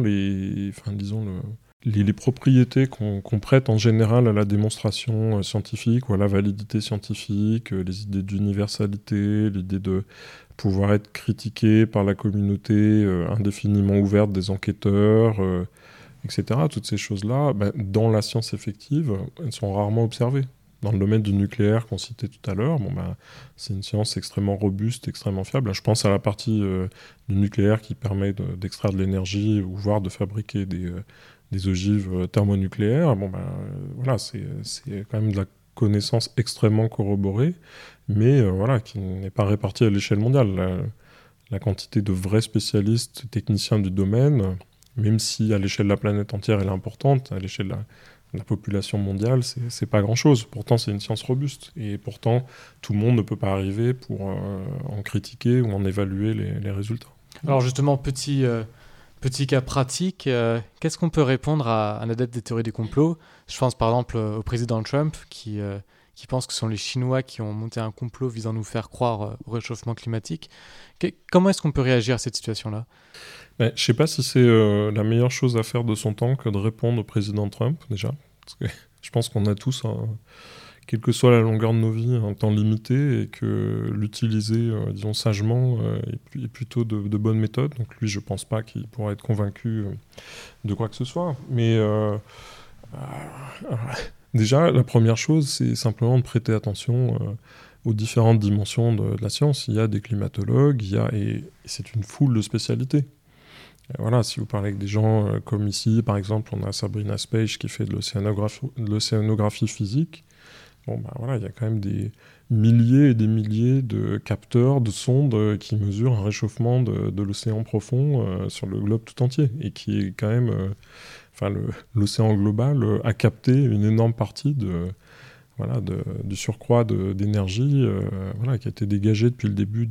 les propriétés qu'on prête en général à la démonstration scientifique ou à la validité scientifique, les idées d'universalité, l'idée de pouvoir être critiqué par la communauté indéfiniment ouverte des enquêteurs, etc. Toutes ces choses-là, dans la science effective, elles sont rarement observées. Dans le domaine du nucléaire qu'on citait tout à l'heure, c'est une science extrêmement robuste, extrêmement fiable. Je pense à la partie du nucléaire qui permet d'extraire de l'énergie ou voire de fabriquer des ogives thermonucléaires. Voilà, c'est quand même de la connaissance extrêmement corroborée, mais voilà, qui n'est pas répartie à l'échelle mondiale. La quantité de vrais spécialistes, techniciens du domaine, même si à l'échelle de la planète entière elle est importante, à l'échelle de la population mondiale, c'est pas grand-chose. Pourtant, c'est une science robuste. Et pourtant, tout le monde ne peut pas arriver pour en critiquer ou en évaluer les résultats. Alors justement, petit cas pratique, qu'est-ce qu'on peut répondre à un adepte des théories du complot? Je pense par exemple au président Trump qui pense que ce sont les Chinois qui ont monté un complot visant à nous faire croire au réchauffement climatique. Comment est-ce qu'on peut réagir à cette situation-là? Je ne sais pas si c'est la meilleure chose à faire de son temps que de répondre au président Trump, déjà. Parce que je pense qu'on a tous, quelle que soit la longueur de nos vies, un temps limité, et que l'utiliser, disons, sagement est plutôt de bonne méthode. Donc lui, je ne pense pas qu'il pourra être convaincu de quoi que ce soit. Mais déjà, la première chose, c'est simplement de prêter attention aux différentes dimensions de la science. Il y a des climatologues, et c'est une foule de spécialités. Voilà, si vous parlez avec des gens comme ici, par exemple, on a Sabrina Speisch qui fait de l'océanographie physique. Voilà, il y a quand même des milliers et des milliers de capteurs, de sondes qui mesurent un réchauffement de l'océan profond sur le globe tout entier, et qui est quand même, l'océan global a capté une énorme partie du surcroît d'énergie qui a été dégagé depuis le début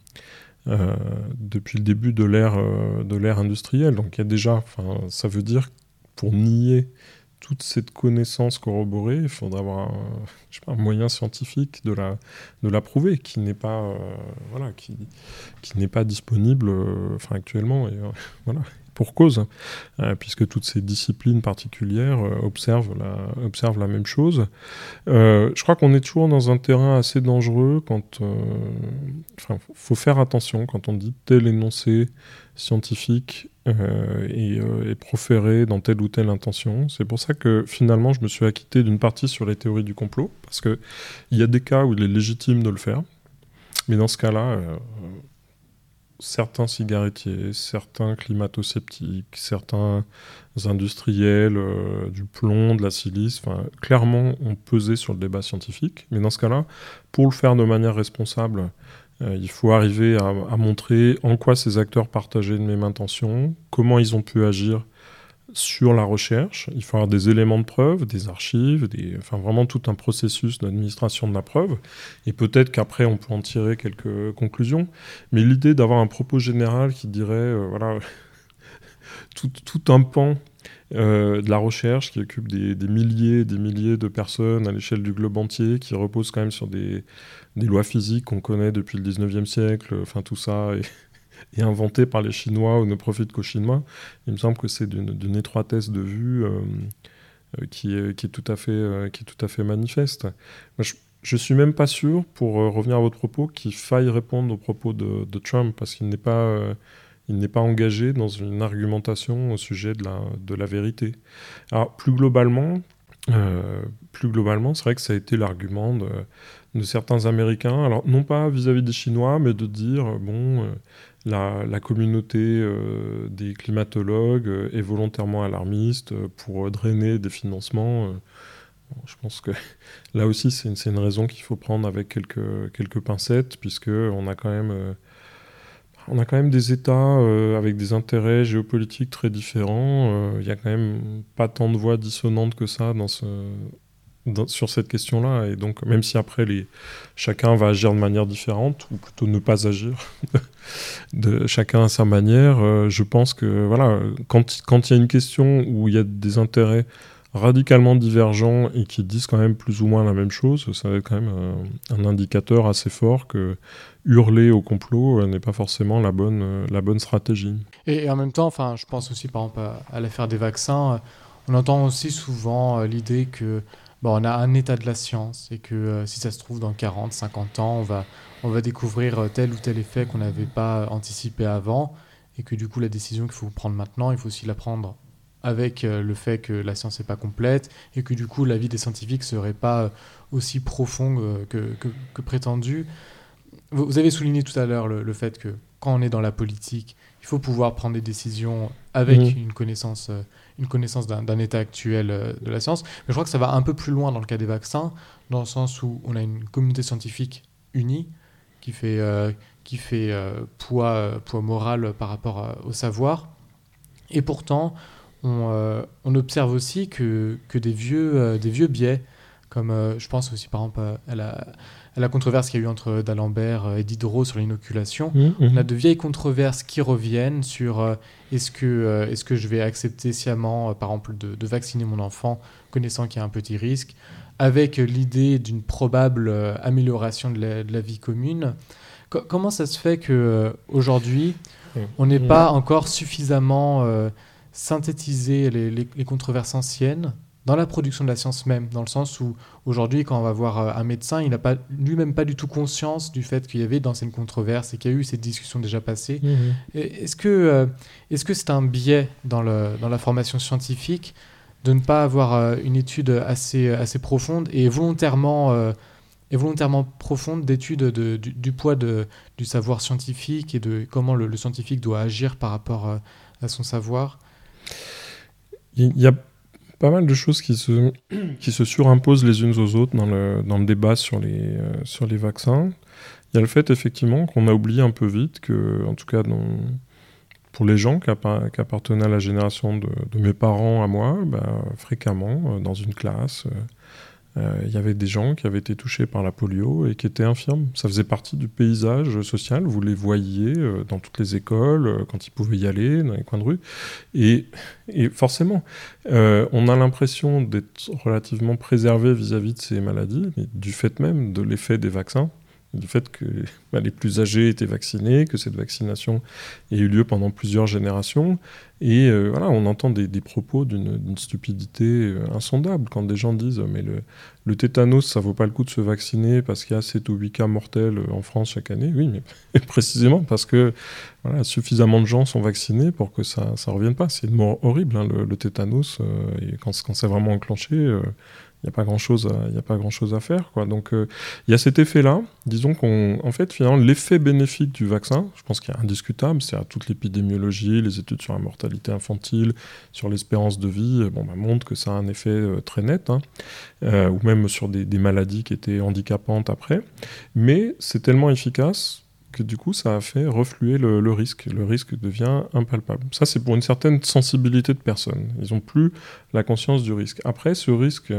de l'ère industrielle. Donc il y a déjà, ça veut dire, pour nier toute cette connaissance corroborée, il faudra avoir un moyen scientifique de la prouver, qui n'est pas qui n'est pas disponible actuellement, et voilà, pour cause, puisque toutes ces disciplines particulières observent la même chose. Je crois qu'on est toujours dans un terrain assez dangereux quand faut faire attention quand on dit tel énoncé scientifique est proféré dans telle ou telle intention. C'est pour ça que finalement je me suis acquitté d'une partie sur les théories du complot, parce qu'il y a des cas où il est légitime de le faire, mais dans ce cas-là, certains cigarettiers, certains climato-sceptiques, certains industriels du plomb, de la silice, clairement ont pesé sur le débat scientifique. Mais dans ce cas-là, pour le faire de manière responsable, il faut arriver à montrer en quoi ces acteurs partageaient les mêmes intentions, comment ils ont pu agir sur la recherche. Il faut avoir des éléments de preuve, des archives, vraiment tout un processus d'administration de la preuve. Et peut-être qu'après, on peut en tirer quelques conclusions. Mais l'idée d'avoir un propos général qui dirait, tout un pan de la recherche qui occupe des milliers et des milliers de personnes à l'échelle du globe entier, qui repose quand même sur des lois physiques qu'on connaît depuis le 19e siècle, tout ça est inventé par les Chinois ou ne profite qu'aux Chinois. Il me semble que c'est d'une étroitesse de vue qui est tout à fait manifeste. Moi, je suis même pas sûr, pour revenir à votre propos, qu'il faille répondre aux propos de Trump, parce qu'il n'est pas engagé dans une argumentation au sujet de la vérité. Alors, plus globalement, c'est vrai que ça a été l'argument de certains Américains, alors non pas vis-à-vis des Chinois, mais de dire, la communauté des climatologues est volontairement alarmiste pour drainer des financements. Je pense que là aussi, c'est une raison qu'il faut prendre avec quelques pincettes, puisqu'on a quand même des États avec des intérêts géopolitiques très différents. Il n'y a quand même pas tant de voix dissonantes que ça sur cette question-là. Et donc, même si après, chacun va agir de manière différente, ou plutôt ne pas agir, chacun à sa manière, je pense que voilà, quand il y a une question où il y a des intérêts radicalement divergents et qui disent quand même plus ou moins la même chose, ça va être quand même un indicateur assez fort que hurler au complot n'est pas forcément la bonne stratégie. Et en même temps, enfin, je pense aussi par exemple à l'affaire des vaccins. On entend aussi souvent l'idée que on a un état de la science et que si ça se trouve dans 40, 50 ans, on va découvrir tel ou tel effet qu'on n'avait pas anticipé avant et que du coup la décision qu'il faut prendre maintenant, il faut aussi la prendre avec le fait que la science n'est pas complète et que du coup l'avis des scientifiques ne serait pas aussi profond que prétendu. Vous avez souligné tout à l'heure le fait que quand on est dans la politique, il faut pouvoir prendre des décisions avec une connaissance d'un état actuel de la science. Mais je crois que ça va un peu plus loin dans le cas des vaccins, dans le sens où on a une communauté scientifique unie qui fait poids moral par rapport au savoir. Et pourtant, on observe aussi que des vieux biais, comme je pense aussi par exemple à la controverse qu'il y a eu entre d'Alembert et Diderot sur l'inoculation. On a de vieilles controverses qui reviennent sur est-ce que je vais accepter sciemment, par exemple, de vacciner mon enfant, connaissant qu'il y a un petit risque, avec l'idée d'une probable amélioration de la vie commune. Comment ça se fait qu'aujourd'hui, on n'est pas encore suffisamment synthétisé les controverses anciennes dans la production de la science même, dans le sens où aujourd'hui, quand on va voir un médecin, il n'a pas lui-même pas du tout conscience du fait qu'il y avait d'anciennes controverses et qu'il y a eu ces discussions déjà passées. Est-ce que c'est un biais dans la formation scientifique de ne pas avoir une étude assez profonde et volontairement profonde d'étude du poids du savoir scientifique et de comment le scientifique doit agir par rapport à son savoir? Il y a pas mal de choses qui se surimposent les unes aux autres dans le débat sur les vaccins. Il y a le fait effectivement qu'on a oublié un peu vite que, en tout cas pour les gens qui appartenaient à la génération de mes parents à moi, fréquemment dans une classe, il y avait des gens qui avaient été touchés par la polio et qui étaient infirmes. Ça faisait partie du paysage social. Vous les voyiez dans toutes les écoles, quand ils pouvaient y aller, dans les coins de rue. Et forcément, on a l'impression d'être relativement préservé vis-à-vis de ces maladies, mais du fait même de l'effet des vaccins, du fait que les plus âgés étaient vaccinés, que cette vaccination ait eu lieu pendant plusieurs générations. Et voilà, on entend des propos d'une stupidité insondable quand des gens disent mais le tétanos, ça vaut pas le coup de se vacciner parce qu'il y a 7 ou 8 cas mortels en France chaque année. Oui, mais précisément parce que voilà, suffisamment de gens sont vaccinés pour que ça revienne pas. C'est une mort horrible, hein, le tétanos. Et quand c'est vraiment enclenché, il n'y a pas grand-chose à faire, quoi. Donc, il y a cet effet-là. Disons qu'en fait, finalement, l'effet bénéfique du vaccin, je pense qu'il est indiscutable, c'est à toute l'épidémiologie, les études sur la mortalité infantile, sur l'espérance de vie, montrent que ça a un effet très net, hein, ou même sur des maladies qui étaient handicapantes après. Mais c'est tellement efficace que du coup, ça a fait refluer le risque. Le risque devient impalpable. Ça, c'est pour une certaine sensibilité de personnes. Ils n'ont plus la conscience du risque. Après, ce risque,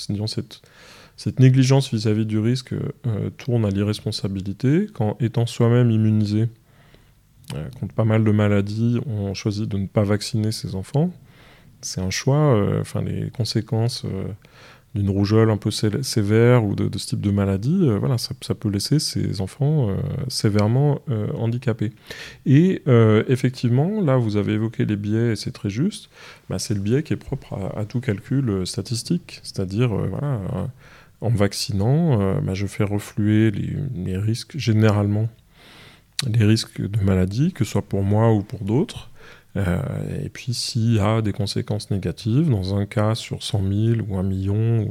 cette négligence vis-à-vis du risque tourne à l'irresponsabilité. Quand, étant soi-même immunisé contre pas mal de maladies, on choisit de ne pas vacciner ses enfants. C'est un choix. Les conséquences d'une rougeole un peu sévère ou de ce type de maladie, ça peut laisser ces enfants sévèrement handicapés. Et effectivement, là, vous avez évoqué les biais, et c'est très juste, c'est le biais qui est propre à tout calcul statistique, c'est-à-dire, en vaccinant, je fais refluer les risques, généralement, les risques de maladie, que ce soit pour moi ou pour d'autres. Et puis s'il y a des conséquences négatives, dans un cas sur 100 000 ou 1 million,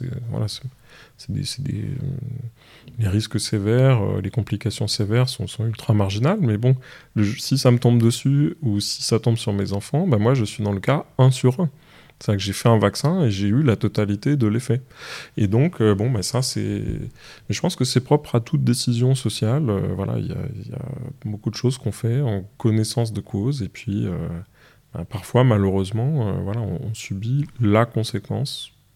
les risques sévères, les complications sévères sont ultra marginales, mais bon, si ça me tombe dessus ou si ça tombe sur mes enfants, moi je suis dans le cas 1 sur 1. C'est-à-dire que j'ai fait un vaccin et j'ai eu la totalité de l'effet. Et donc, ça, c'est... Mais je pense que c'est propre à toute décision sociale. Il y a beaucoup de choses qu'on fait en connaissance de cause. Et puis, parfois, malheureusement, on subit la conséquence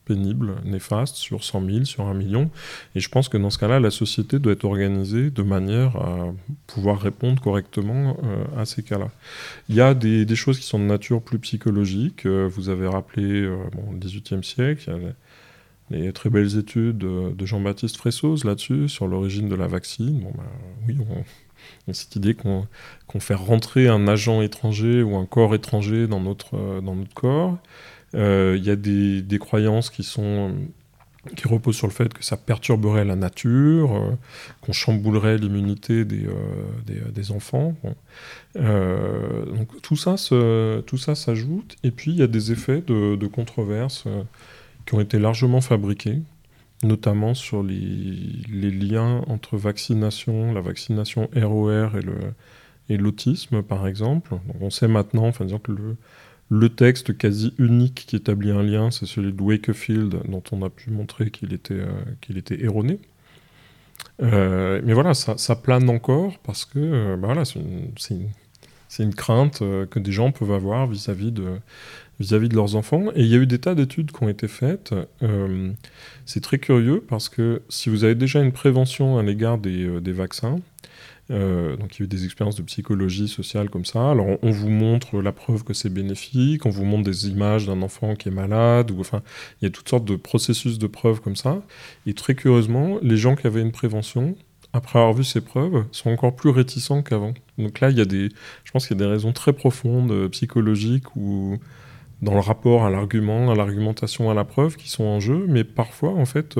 pénibles, néfastes, sur 100 000, sur 1 million. Et je pense que dans ce cas-là, la société doit être organisée de manière à pouvoir répondre correctement à ces cas-là. Il y a des choses qui sont de nature plus psychologique. Vous avez rappelé le XVIIIe siècle, il y a les très belles études de Jean-Baptiste Fressoz là-dessus, sur l'origine de la vaccine. Oui, on a cette idée qu'on fait rentrer un agent étranger ou un corps étranger dans notre corps. Il y a des croyances qui reposent sur le fait que ça perturberait la nature, qu'on chamboulerait l'immunité des enfants. Donc tout ça s'ajoute. Et puis il y a des effets de controverses qui ont été largement fabriqués, notamment sur les liens entre la vaccination ROR et l'autisme, par exemple. Donc on sait maintenant, disons que le texte quasi unique qui établit un lien, c'est celui de Wakefield, dont on a pu montrer qu'il était erroné. Mais voilà, ça plane encore parce que c'est une crainte que des gens peuvent avoir vis-à-vis de leurs enfants. Et il y a eu des tas d'études qui ont été faites. C'est très curieux parce que si vous avez déjà une prévention à l'égard des vaccins, donc il y a eu des expériences de psychologie sociale comme ça. Alors on vous montre la preuve que c'est bénéfique, on vous montre des images d'un enfant qui est malade, il y a toutes sortes de processus de preuves comme ça. Et très curieusement, les gens qui avaient une prévention, après avoir vu ces preuves, sont encore plus réticents qu'avant. Donc là, je pense qu'il y a des raisons très profondes psychologiques ou dans le rapport à l'argument, à l'argumentation, à la preuve qui sont en jeu, mais parfois en fait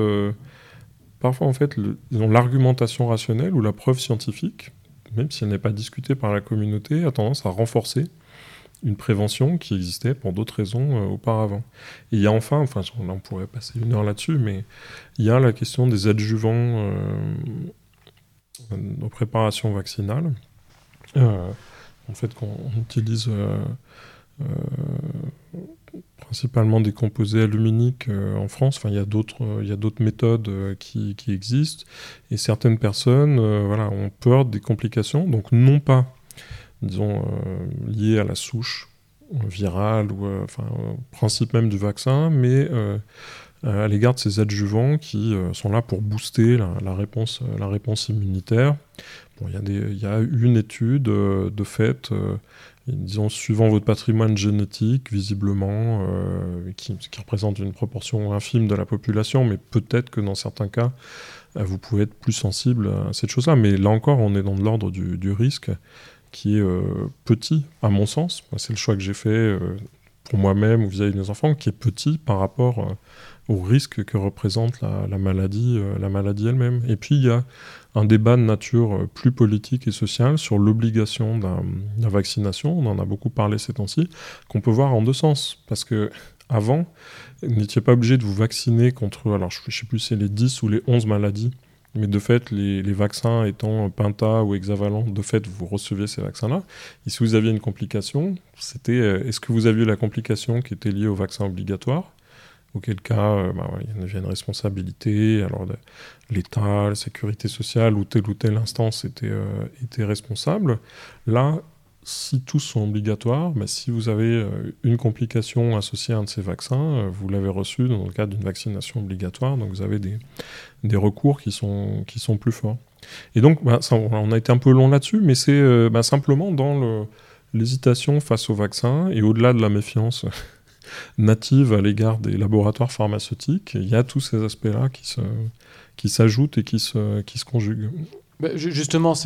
l'argumentation rationnelle ou la preuve scientifique, même si elle n'est pas discutée par la communauté, a tendance à renforcer une prévention qui existait pour d'autres raisons auparavant. Et il y a enfin, là on pourrait passer une heure là-dessus, mais il y a la question des adjuvants aux préparations vaccinales, en fait qu'on utilise principalement des composés aluminiques en France. Il y a d'autres méthodes qui existent. Et certaines personnes ont peur des complications, donc non pas, disons, liées à la souche virale ou au principe même du vaccin, mais à l'égard de ces adjuvants qui sont là pour booster la réponse immunitaire. Il y a une étude de fait, disons, suivant votre patrimoine génétique, visiblement, qui représente une proportion infime de la population, mais peut-être que dans certains cas, vous pouvez être plus sensible à cette chose-là. Mais là encore, on est dans de l'ordre du risque qui est petit, à mon sens. C'est le choix que j'ai fait pour moi-même ou vis-à-vis de mes enfants, qui est petit par rapport au risque que représente la maladie elle-même. Et puis, il y a un débat de nature plus politique et sociale sur l'obligation de la vaccination. On en a beaucoup parlé ces temps-ci, qu'on peut voir en deux sens. Parce que avant, vous n'étiez pas obligé de vous vacciner contre, alors je ne sais plus si c'est les 10 ou les 11 maladies, mais de fait, les vaccins étant penta ou hexavalent, de fait, vous receviez ces vaccins-là. Et si vous aviez une complication, c'était est-ce que vous aviez la complication qui était liée au vaccin obligatoire ? Auquel cas, il y avait une responsabilité. Alors, l'État, la sécurité sociale ou telle instance était responsable. Là, si tous sont obligatoires, si vous avez une complication associée à un de ces vaccins, vous l'avez reçu dans le cadre d'une vaccination obligatoire, donc vous avez des recours qui sont plus forts. Et donc, on a été un peu long là-dessus, mais c'est simplement dans l'hésitation face au vaccin et au-delà de la méfiance native à l'égard des laboratoires pharmaceutiques, il y a tous ces aspects-là qui s'ajoutent et qui se conjuguent. Justement,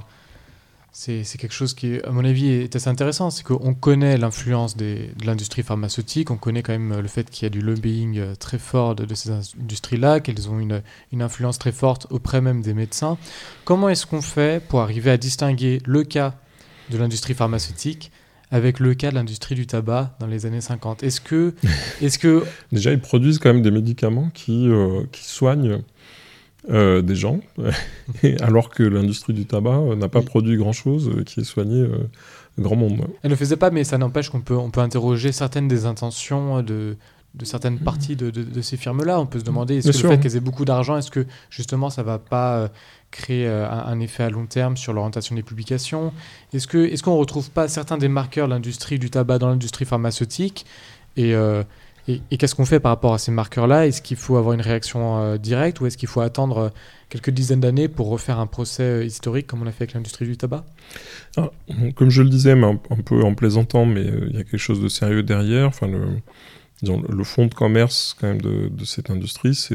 c'est quelque chose qui, à mon avis, est assez intéressant. C'est qu'on connaît l'influence de l'industrie pharmaceutique, on connaît quand même le fait qu'il y a du lobbying très fort de ces industries-là, qu'elles ont une influence très forte auprès même des médecins. Comment est-ce qu'on fait pour arriver à distinguer le cas de l'industrie pharmaceutique avec le cas de l'industrie du tabac dans les années 50 ? Est-ce que... Déjà, ils produisent quand même des médicaments qui soignent des gens, alors que l'industrie du tabac n'a pas produit grand-chose qui ait soigné grand monde. Elle ne faisait pas, mais ça n'empêche qu'on peut interroger certaines des intentions de certaines parties de ces firmes-là. On peut se demander, est-ce que le fait qu'elles aient beaucoup d'argent, est-ce que justement ça ne va pas créer un effet à long terme sur l'orientation des publications ? Est-ce qu'on ne retrouve pas certains des marqueurs de l'industrie du tabac dans l'industrie pharmaceutique ? Et Et qu'est-ce qu'on fait par rapport à ces marqueurs-là? Est-ce qu'il faut avoir une réaction directe ou est-ce qu'il faut attendre quelques dizaines d'années pour refaire un procès historique comme on a fait avec l'industrie du tabac? Comme je le disais, mais un peu en plaisantant, mais il y a quelque chose de sérieux derrière. Enfin, disons, le fond de commerce quand même de cette industrie, c'est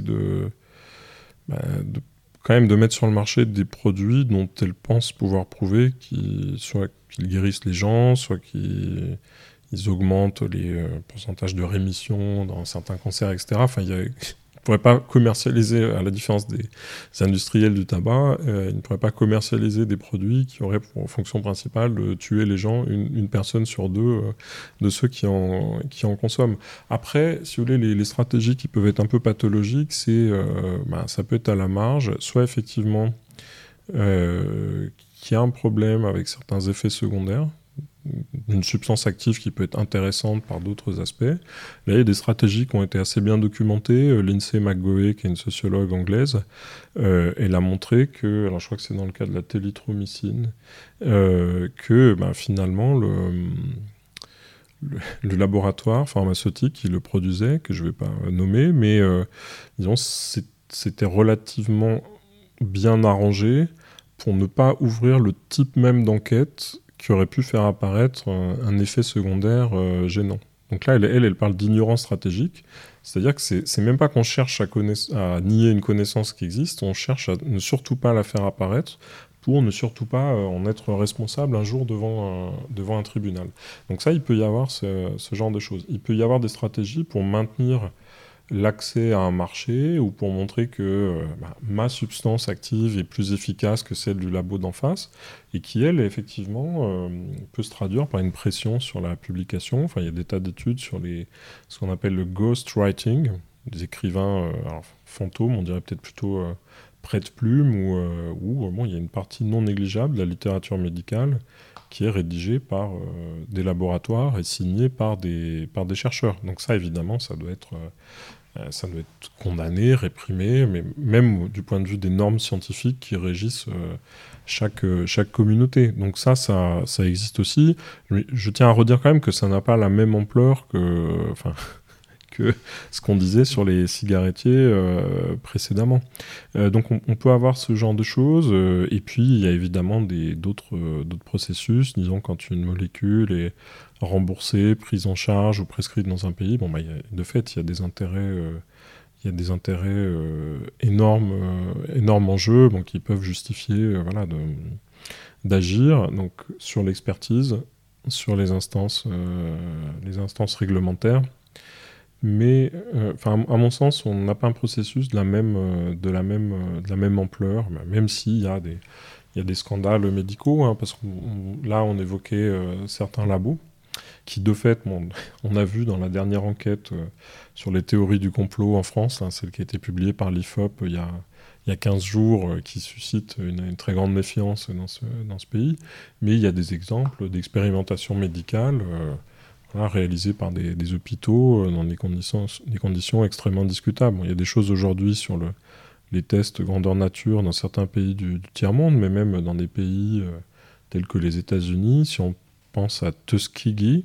quand même de mettre sur le marché des produits dont elle pense pouvoir prouver soit qu'ils guérissent les gens, soit qu'ils augmentent les pourcentages de rémission dans certains cancers, etc. Enfin, ils ne pourraient pas commercialiser, à la différence des industriels du tabac, ils ne pourraient pas commercialiser des produits qui auraient pour fonction principale de tuer les gens, une personne sur deux de ceux qui en consomment. Après, si vous voulez, les stratégies qui peuvent être un peu pathologiques, ça peut être à la marge, soit effectivement qu'il y a un problème avec certains effets secondaires, une substance active qui peut être intéressante par d'autres aspects. Là, il y a des stratégies qui ont été assez bien documentées. Lindsay McGoey, qui est une sociologue anglaise, elle a montré que, alors je crois que c'est dans le cas de la télitromycine, que finalement, le laboratoire pharmaceutique qui le produisait, que je ne vais pas nommer, mais disons, c'était relativement bien arrangé pour ne pas ouvrir le type même d'enquête qui aurait pu faire apparaître un effet secondaire gênant. Donc là, elle parle d'ignorance stratégique, c'est-à-dire que c'est même pas qu'on cherche à nier une connaissance qui existe, on cherche à ne surtout pas la faire apparaître pour ne surtout pas en être responsable un jour devant un tribunal. Donc ça, il peut y avoir ce genre de choses. Il peut y avoir des stratégies pour maintenir l'accès à un marché ou pour montrer que ma substance active est plus efficace que celle du labo d'en face et qui, elle, effectivement, peut se traduire par une pression sur la publication. Enfin, il y a des tas d'études sur ce qu'on appelle le ghostwriting, des écrivains fantômes, on dirait peut-être plutôt prête-plume, où il y a une partie non négligeable de la littérature médicale qui est rédigée par des laboratoires et signée par des chercheurs. Donc ça, évidemment, ça doit être condamné, réprimé, mais même du point de vue des normes scientifiques qui régissent chaque communauté. Donc ça existe aussi. Je tiens à redire quand même que ça n'a pas la même ampleur que ce qu'on disait sur les cigarettiers précédemment. Donc on peut avoir ce genre de choses, et puis il y a évidemment d'autres processus, disons quand une molécule est remboursée, prise en charge ou prescrite dans un pays, de fait il y a des intérêts énormes en jeu, qui peuvent justifier d'agir donc sur l'expertise, sur les instances réglementaires. Mais, à mon sens, on n'a pas un processus de la même ampleur, même s'il y a des scandales médicaux, parce que là, on évoquait certains labos, qui, de fait, on a vu dans la dernière enquête sur les théories du complot en France, celle qui a été publiée par l'IFOP il y a 15 jours, qui suscite une très grande méfiance dans ce pays. Mais il y a des exemples d'expérimentation médicale réalisé par des hôpitaux dans des conditions extrêmement discutables. Il y a des choses aujourd'hui sur les tests grandeur nature dans certains pays du tiers-monde, mais même dans des pays tels que les États-Unis. Si on pense à Tuskegee,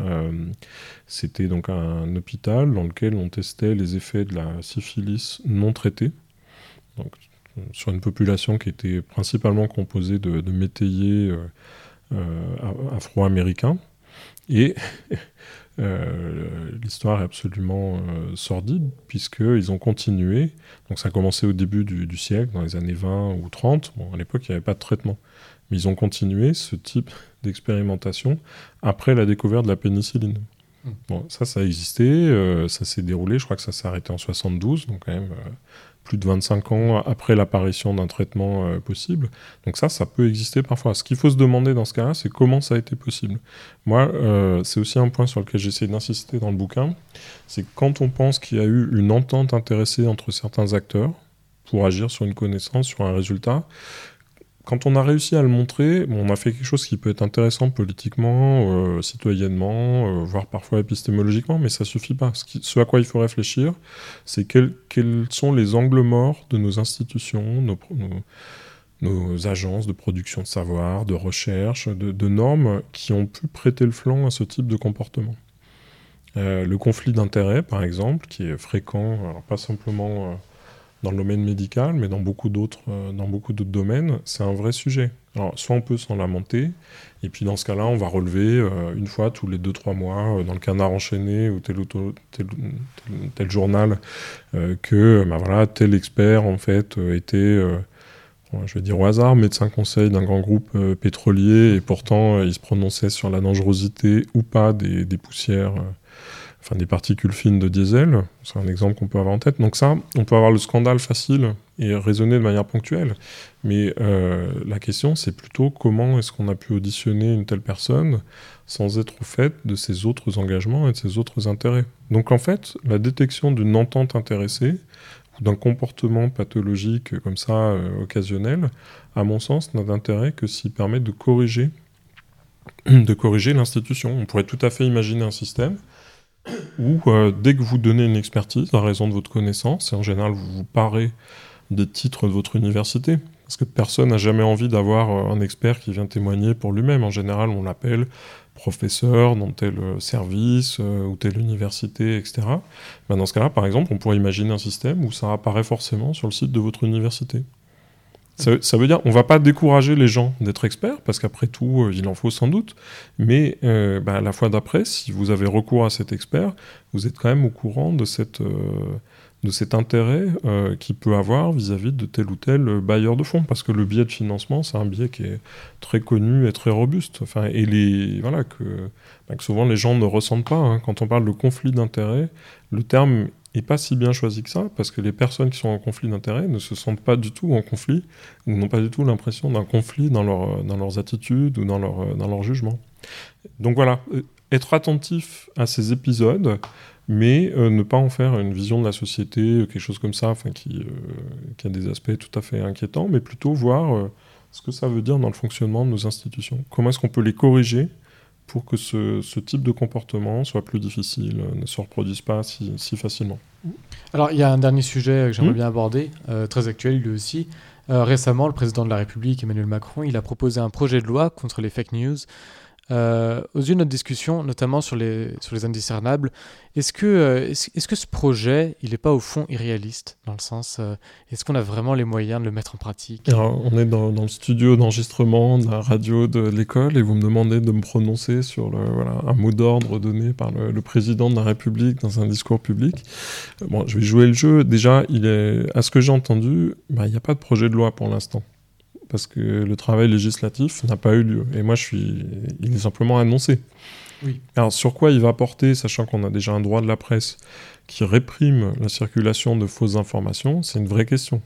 c'était donc un hôpital dans lequel on testait les effets de la syphilis non traitée, donc, sur une population qui était principalement composée de métayers afro-américains. Et l'histoire est absolument sordide, puisqu'ils ont continué. Donc ça a commencé au début du siècle, dans les années 20 ou 30. À l'époque, il n'y avait pas de traitement. Mais ils ont continué ce type d'expérimentation après la découverte de la pénicilline. Ça a existé, ça s'est déroulé, je crois que ça s'est arrêté en 72, donc quand même plus de 25 ans après l'apparition d'un traitement possible. Donc ça peut exister parfois. Ce qu'il faut se demander dans ce cas-là, c'est comment ça a été possible. Moi, c'est aussi un point sur lequel j'essaie d'insister dans le bouquin, c'est quand on pense qu'il y a eu une entente intéressée entre certains acteurs pour agir sur une connaissance, sur un résultat, quand on a réussi à le montrer, on a fait quelque chose qui peut être intéressant politiquement, citoyennement, voire parfois épistémologiquement, mais ça ne suffit pas. Ce à quoi il faut réfléchir, c'est quels sont les angles morts de nos institutions, nos agences de production de savoir, de recherche, de normes qui ont pu prêter le flanc à ce type de comportement. Le conflit d'intérêts, par exemple, qui est fréquent, alors pas simplement dans le domaine médical, mais dans beaucoup d'autres domaines, c'est un vrai sujet. Alors, soit on peut s'en lamenter, et puis dans ce cas-là, on va relever une fois tous les 2-3 mois, dans le Canard enchaîné ou tel journal, que voilà, tel expert, en fait, était, je vais dire au hasard, médecin conseil d'un grand groupe pétrolier, et pourtant, il se prononçait sur la dangerosité ou pas des poussières enfin des particules fines de diesel, c'est un exemple qu'on peut avoir en tête. Donc ça, on peut avoir le scandale facile et raisonner de manière ponctuelle, mais la question c'est plutôt comment est-ce qu'on a pu auditionner une telle personne sans être au fait de ses autres engagements et de ses autres intérêts. Donc en fait, la détection d'une entente intéressée ou d'un comportement pathologique comme ça, occasionnel, à mon sens, n'a d'intérêt que s'il permet de corriger l'institution. On pourrait tout à fait imaginer un système où dès que vous donnez une expertise à raison de votre connaissance, et en général vous vous parez des titres de votre université, parce que personne n'a jamais envie d'avoir un expert qui vient témoigner pour lui-même. En général, on l'appelle professeur dans tel service ou telle université, etc. Ben dans ce cas-là, par exemple, on pourrait imaginer un système où ça apparaît forcément sur le site de votre université. Ça veut dire on ne va pas décourager les gens d'être experts, parce qu'après tout, il en faut sans doute, mais la fois d'après, si vous avez recours à cet expert, vous êtes quand même au courant de cet intérêt qu'il peut avoir vis-à-vis de tel ou tel bailleur de fonds, parce que le biais de financement, c'est un biais qui est très connu et très robuste, enfin, et que souvent les gens ne ressentent pas. Hein. Quand on parle de conflit d'intérêts, le terme n'est pas si bien choisi que ça, parce que les personnes qui sont en conflit d'intérêts ne se sentent pas du tout en conflit, ou n'ont pas du tout l'impression d'un conflit dans leurs attitudes ou dans leur jugement. Donc voilà, être attentif à ces épisodes, mais ne pas en faire une vision de la société, quelque chose comme ça, qui a des aspects tout à fait inquiétants, mais plutôt voir ce que ça veut dire dans le fonctionnement de nos institutions. Comment est-ce qu'on peut les corriger pour que ce type de comportement soit plus difficile, ne se reproduise pas si facilement. Alors, il y a un dernier sujet que j'aimerais bien aborder, très actuel lui aussi. Récemment, le président de la République, Emmanuel Macron, il a proposé un projet de loi contre les fake news. Aux yeux de notre discussion, notamment sur les indiscernables, est-ce que ce projet, il n'est pas au fond irréaliste, dans le sens, est-ce qu'on a vraiment les moyens de le mettre en pratique ? Alors, on est dans le studio d'enregistrement de la radio de l'école et vous me demandez de me prononcer sur un mot d'ordre donné par le président de la République dans un discours public. Bon, je vais jouer le jeu. Déjà, à ce que j'ai entendu, il n'y a pas de projet de loi pour l'instant, parce que le travail législatif n'a pas eu lieu. Et moi, il est simplement annoncé. Oui. Alors, sur quoi il va porter, sachant qu'on a déjà un droit de la presse qui réprime la circulation de fausses informations, c'est une vraie question.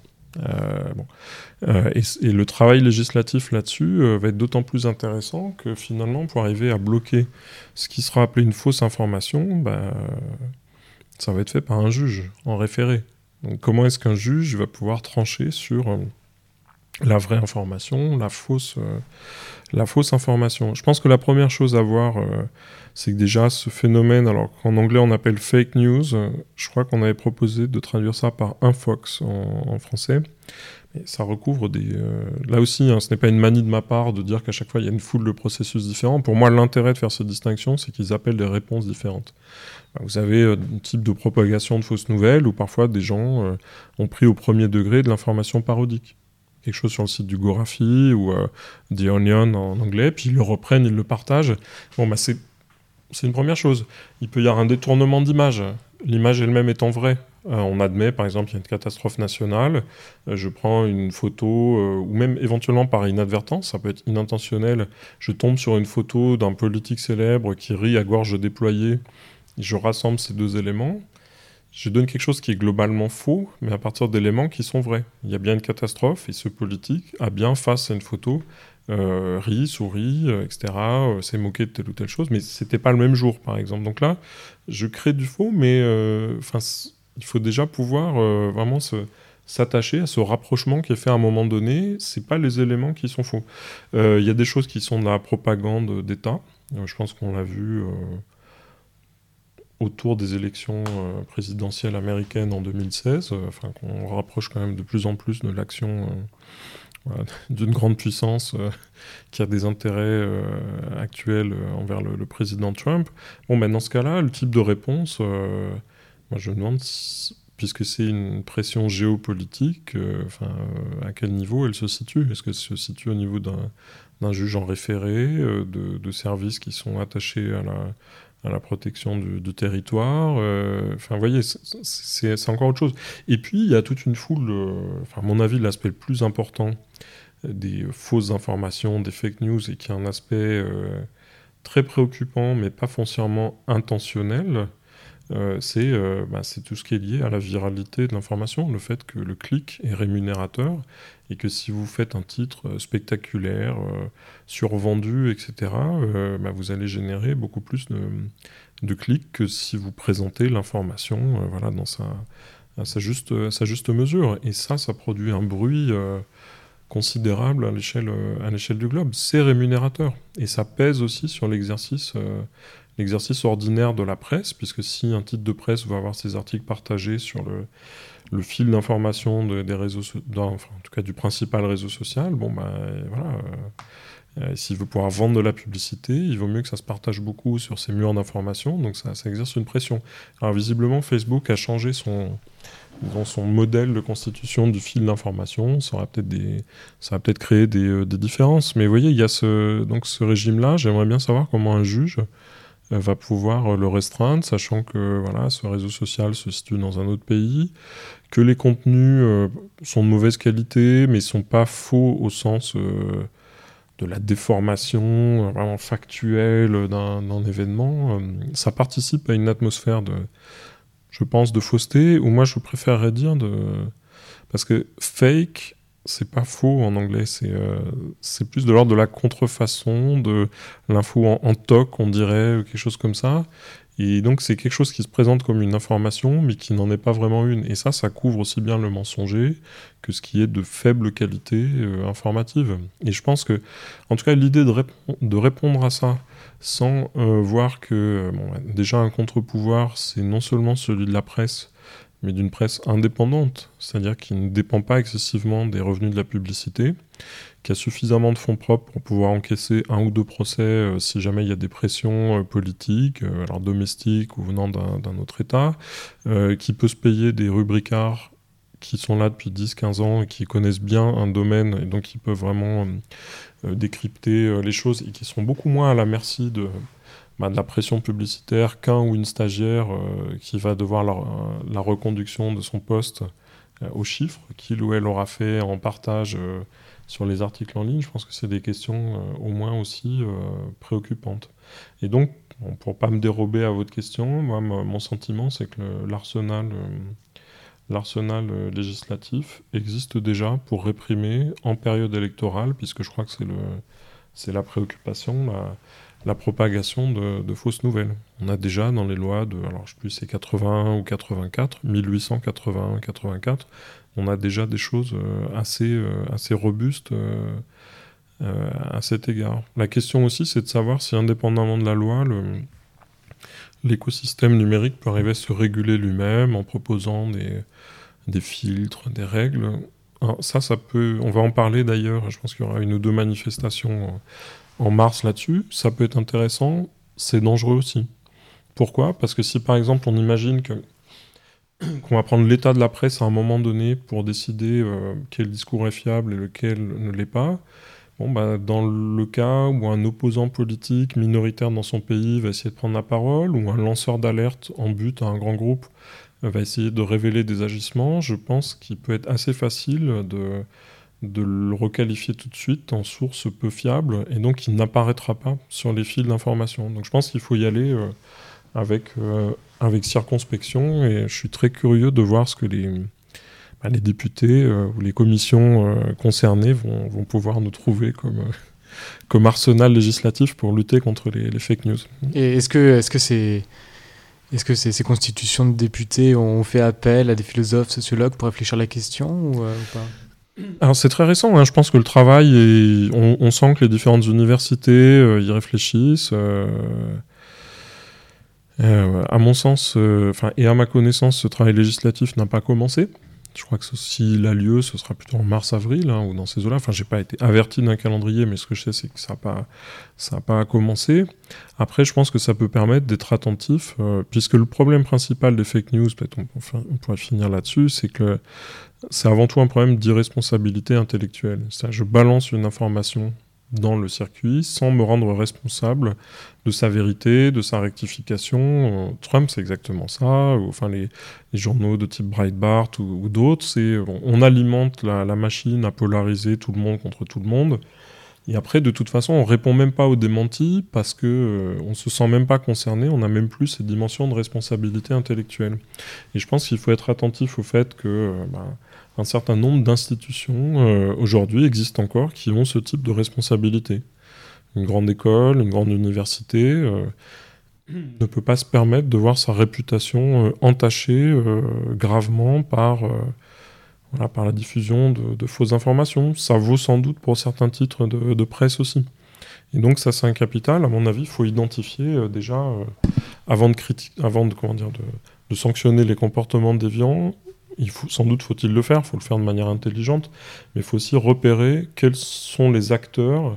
Et le travail législatif là-dessus va être d'autant plus intéressant que finalement, pour arriver à bloquer ce qui sera appelé une fausse information, ça va être fait par un juge en référé. Donc, comment est-ce qu'un juge va pouvoir trancher sur la vraie information, la fausse information. Je pense que la première chose à voir, c'est que déjà ce phénomène, alors qu'en anglais on appelle fake news, je crois qu'on avait proposé de traduire ça par infox en français. Et ça recouvre là aussi, ce n'est pas une manie de ma part de dire qu'à chaque fois il y a une foule de processus différents. Pour moi, l'intérêt de faire cette distinction, c'est qu'ils appellent des réponses différentes. Vous avez un type de propagation de fausses nouvelles où parfois des gens ont pris au premier degré de l'information parodique. Quelque chose sur le site du Gorafi ou The Onion en anglais, puis ils le reprennent, ils le partagent. Bon, c'est une première chose. Il peut y avoir un détournement d'image. L'image elle-même étant vraie. On admet, par exemple, il y a une catastrophe nationale, je prends une photo, ou même éventuellement par inadvertance, ça peut être inintentionnel, je tombe sur une photo d'un politique célèbre qui rit à gorge déployée, je rassemble ces deux éléments, je donne quelque chose qui est globalement faux, mais à partir d'éléments qui sont vrais. Il y a bien une catastrophe, et ce politique a bien, face à une photo, rit, sourit, etc., s'est moqué de telle ou telle chose, mais c'était pas le même jour, par exemple. Donc là, je crée du faux, mais il faut déjà pouvoir vraiment s'attacher à ce rapprochement qui est fait à un moment donné. C'est pas les éléments qui sont faux. Il y a des choses qui sont de la propagande d'État. Je pense qu'on l'a vu autour des élections présidentielles américaines en 2016, qu'on rapproche quand même de plus en plus de l'action d'une grande puissance qui a des intérêts actuels envers le président Trump. Bon, dans ce cas-là, le type de réponse, moi je me demande, puisque c'est une pression géopolitique, à quel niveau elle se situe ? Est-ce qu'elle se situe au niveau d'un juge en référé, de services qui sont attachés à la protection du territoire. Vous voyez, c'est encore autre chose. Et puis, il y a toute une foule, à mon avis, l'aspect le plus important des fausses informations, des fake news, et qui a un aspect très préoccupant, mais pas foncièrement intentionnel, c'est tout ce qui est lié à la viralité de l'information, le fait que le clic est rémunérateur, et que si vous faites un titre spectaculaire, survendu, etc., vous allez générer beaucoup plus de clics que si vous présentez l'information dans à sa juste mesure. Et ça produit un bruit considérable à l'échelle du globe. C'est rémunérateur. Et ça pèse aussi sur l'exercice ordinaire de la presse, puisque si un titre de presse va avoir ses articles partagés sur le fil d'information des réseaux, en tout cas du principal réseau social, s'il veut pouvoir vendre de la publicité, il vaut mieux que ça se partage beaucoup sur ces murs d'information, donc ça exerce une pression. Alors visiblement, Facebook a changé dans son modèle de constitution du fil d'information, ça va peut-être créer des différences, mais vous voyez, il y a ce régime-là. J'aimerais bien savoir comment un juge va pouvoir le restreindre, sachant que ce réseau social se situe dans un autre pays, que les contenus sont de mauvaise qualité, mais ne sont pas faux au sens de la déformation vraiment factuelle d'un événement. Ça participe à une atmosphère je pense, de fausseté, ou moi je préférerais dire parce que fake, c'est pas faux en anglais, c'est plus de l'ordre de la contrefaçon, de l'info en toc, on dirait, quelque chose comme ça. Et donc c'est quelque chose qui se présente comme une information, mais qui n'en est pas vraiment une. Et ça couvre aussi bien le mensonger que ce qui est de faible qualité informative. Et je pense que, en tout cas, l'idée de répondre à ça sans voir que, déjà un contre-pouvoir, c'est non seulement celui de la presse, mais d'une presse indépendante, c'est-à-dire qui ne dépend pas excessivement des revenus de la publicité, qui a suffisamment de fonds propres pour pouvoir encaisser 1 ou 2 procès si jamais il y a des pressions politiques, alors domestiques ou venant d'un autre État, qui peut se payer des rubricards qui sont là depuis 10-15 ans et qui connaissent bien un domaine, et donc qui peuvent vraiment décrypter les choses, et qui sont beaucoup moins à la merci de la pression publicitaire qu'un ou une stagiaire qui va devoir la reconduction de son poste aux chiffres qu'il ou elle aura fait en partage sur les articles en ligne. Je pense que c'est des questions au moins aussi préoccupantes. Et donc, pour ne pas me dérober à votre question, moi, mon sentiment, c'est que l'arsenal législatif existe déjà pour réprimer en période électorale, puisque je crois que c'est la préoccupation, la propagation de fausses nouvelles. On a déjà dans les lois alors je ne sais plus, c'est 81 ou 84, 1881-84, on a déjà des choses assez robustes à cet égard. La question aussi, c'est de savoir si, indépendamment de la loi, l'écosystème numérique peut arriver à se réguler lui-même en proposant des filtres, des règles. Alors, ça peut... On va en parler d'ailleurs, je pense qu'il y aura 1 ou 2 manifestations en mars là-dessus. Ça peut être intéressant, c'est dangereux aussi. Pourquoi ? Parce que si par exemple on imagine qu'on va prendre l'état de la presse à un moment donné pour décider quel discours est fiable et lequel ne l'est pas, dans le cas où un opposant politique minoritaire dans son pays va essayer de prendre la parole, ou un lanceur d'alerte en but à un grand groupe va essayer de révéler des agissements, je pense qu'il peut être assez facile de le requalifier tout de suite en source peu fiable, et donc il n'apparaîtra pas sur les fils d'information. Donc je pense qu'il faut y aller avec circonspection, et je suis très curieux de voir ce que les députés ou les commissions concernées vont pouvoir nous trouver comme arsenal législatif pour lutter contre les fake news. Et est-ce que ces constitutions de députés ont fait appel à des philosophes, sociologues pour réfléchir à la question ou pas ? Alors c'est très récent, je pense que le travail, on sent que les différentes universités y réfléchissent. À mon sens, et à ma connaissance, ce travail législatif n'a pas commencé. Je crois que s'il a lieu, ce sera plutôt en mars-avril, hein, ou dans ces eaux-là. Enfin, j'ai pas été averti d'un calendrier, mais ce que je sais, c'est que ça n'a pas commencé. Après, je pense que ça peut permettre d'être attentif, puisque le problème principal des fake news, peut-être on pourrait finir là-dessus, c'est que c'est avant tout un problème d'irresponsabilité intellectuelle. C'est-à-dire, je balance une information dans le circuit sans me rendre responsable de sa vérité, de sa rectification. Trump, c'est exactement ça. Enfin, les journaux de type Breitbart ou d'autres, on alimente la machine à polariser tout le monde contre tout le monde. Et après, de toute façon, on répond même pas aux démentis parce que on se sent même pas concerné, on n'a même plus cette dimension de responsabilité intellectuelle. Et je pense qu'il faut être attentif au fait que un certain nombre d'institutions aujourd'hui existent encore qui ont ce type de responsabilité. Une grande école, une grande université ne peut pas se permettre de voir sa réputation entachée gravement par la diffusion de fausses informations. Ça vaut sans doute pour certains titres de presse aussi. Et donc ça, c'est un capital. À mon avis, il faut identifier déjà, avant de sanctionner les comportements déviants. Sans doute faut-il le faire, il faut le faire de manière intelligente, mais il faut aussi repérer quels sont les acteurs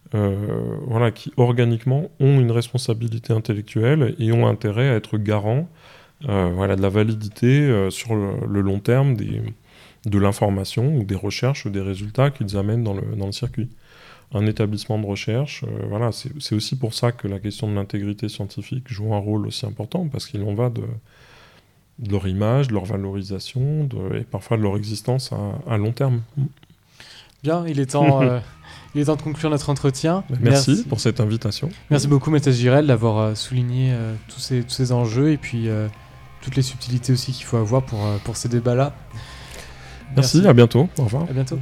qui organiquement ont une responsabilité intellectuelle et ont intérêt à être garants de la validité sur le long terme de l'information ou des recherches ou des résultats qu'ils amènent dans le circuit. Un établissement de recherche, c'est aussi pour ça que la question de l'intégrité scientifique joue un rôle aussi important, parce qu'il en va de leur image, de leur valorisation et parfois de leur existence à long terme. Bien, il est temps de conclure notre entretien. Merci pour cette invitation. Merci beaucoup, Mathias Girel, d'avoir souligné tous ces enjeux et puis toutes les subtilités aussi qu'il faut avoir pour ces débats-là. Merci, à bientôt. Au revoir. À bientôt.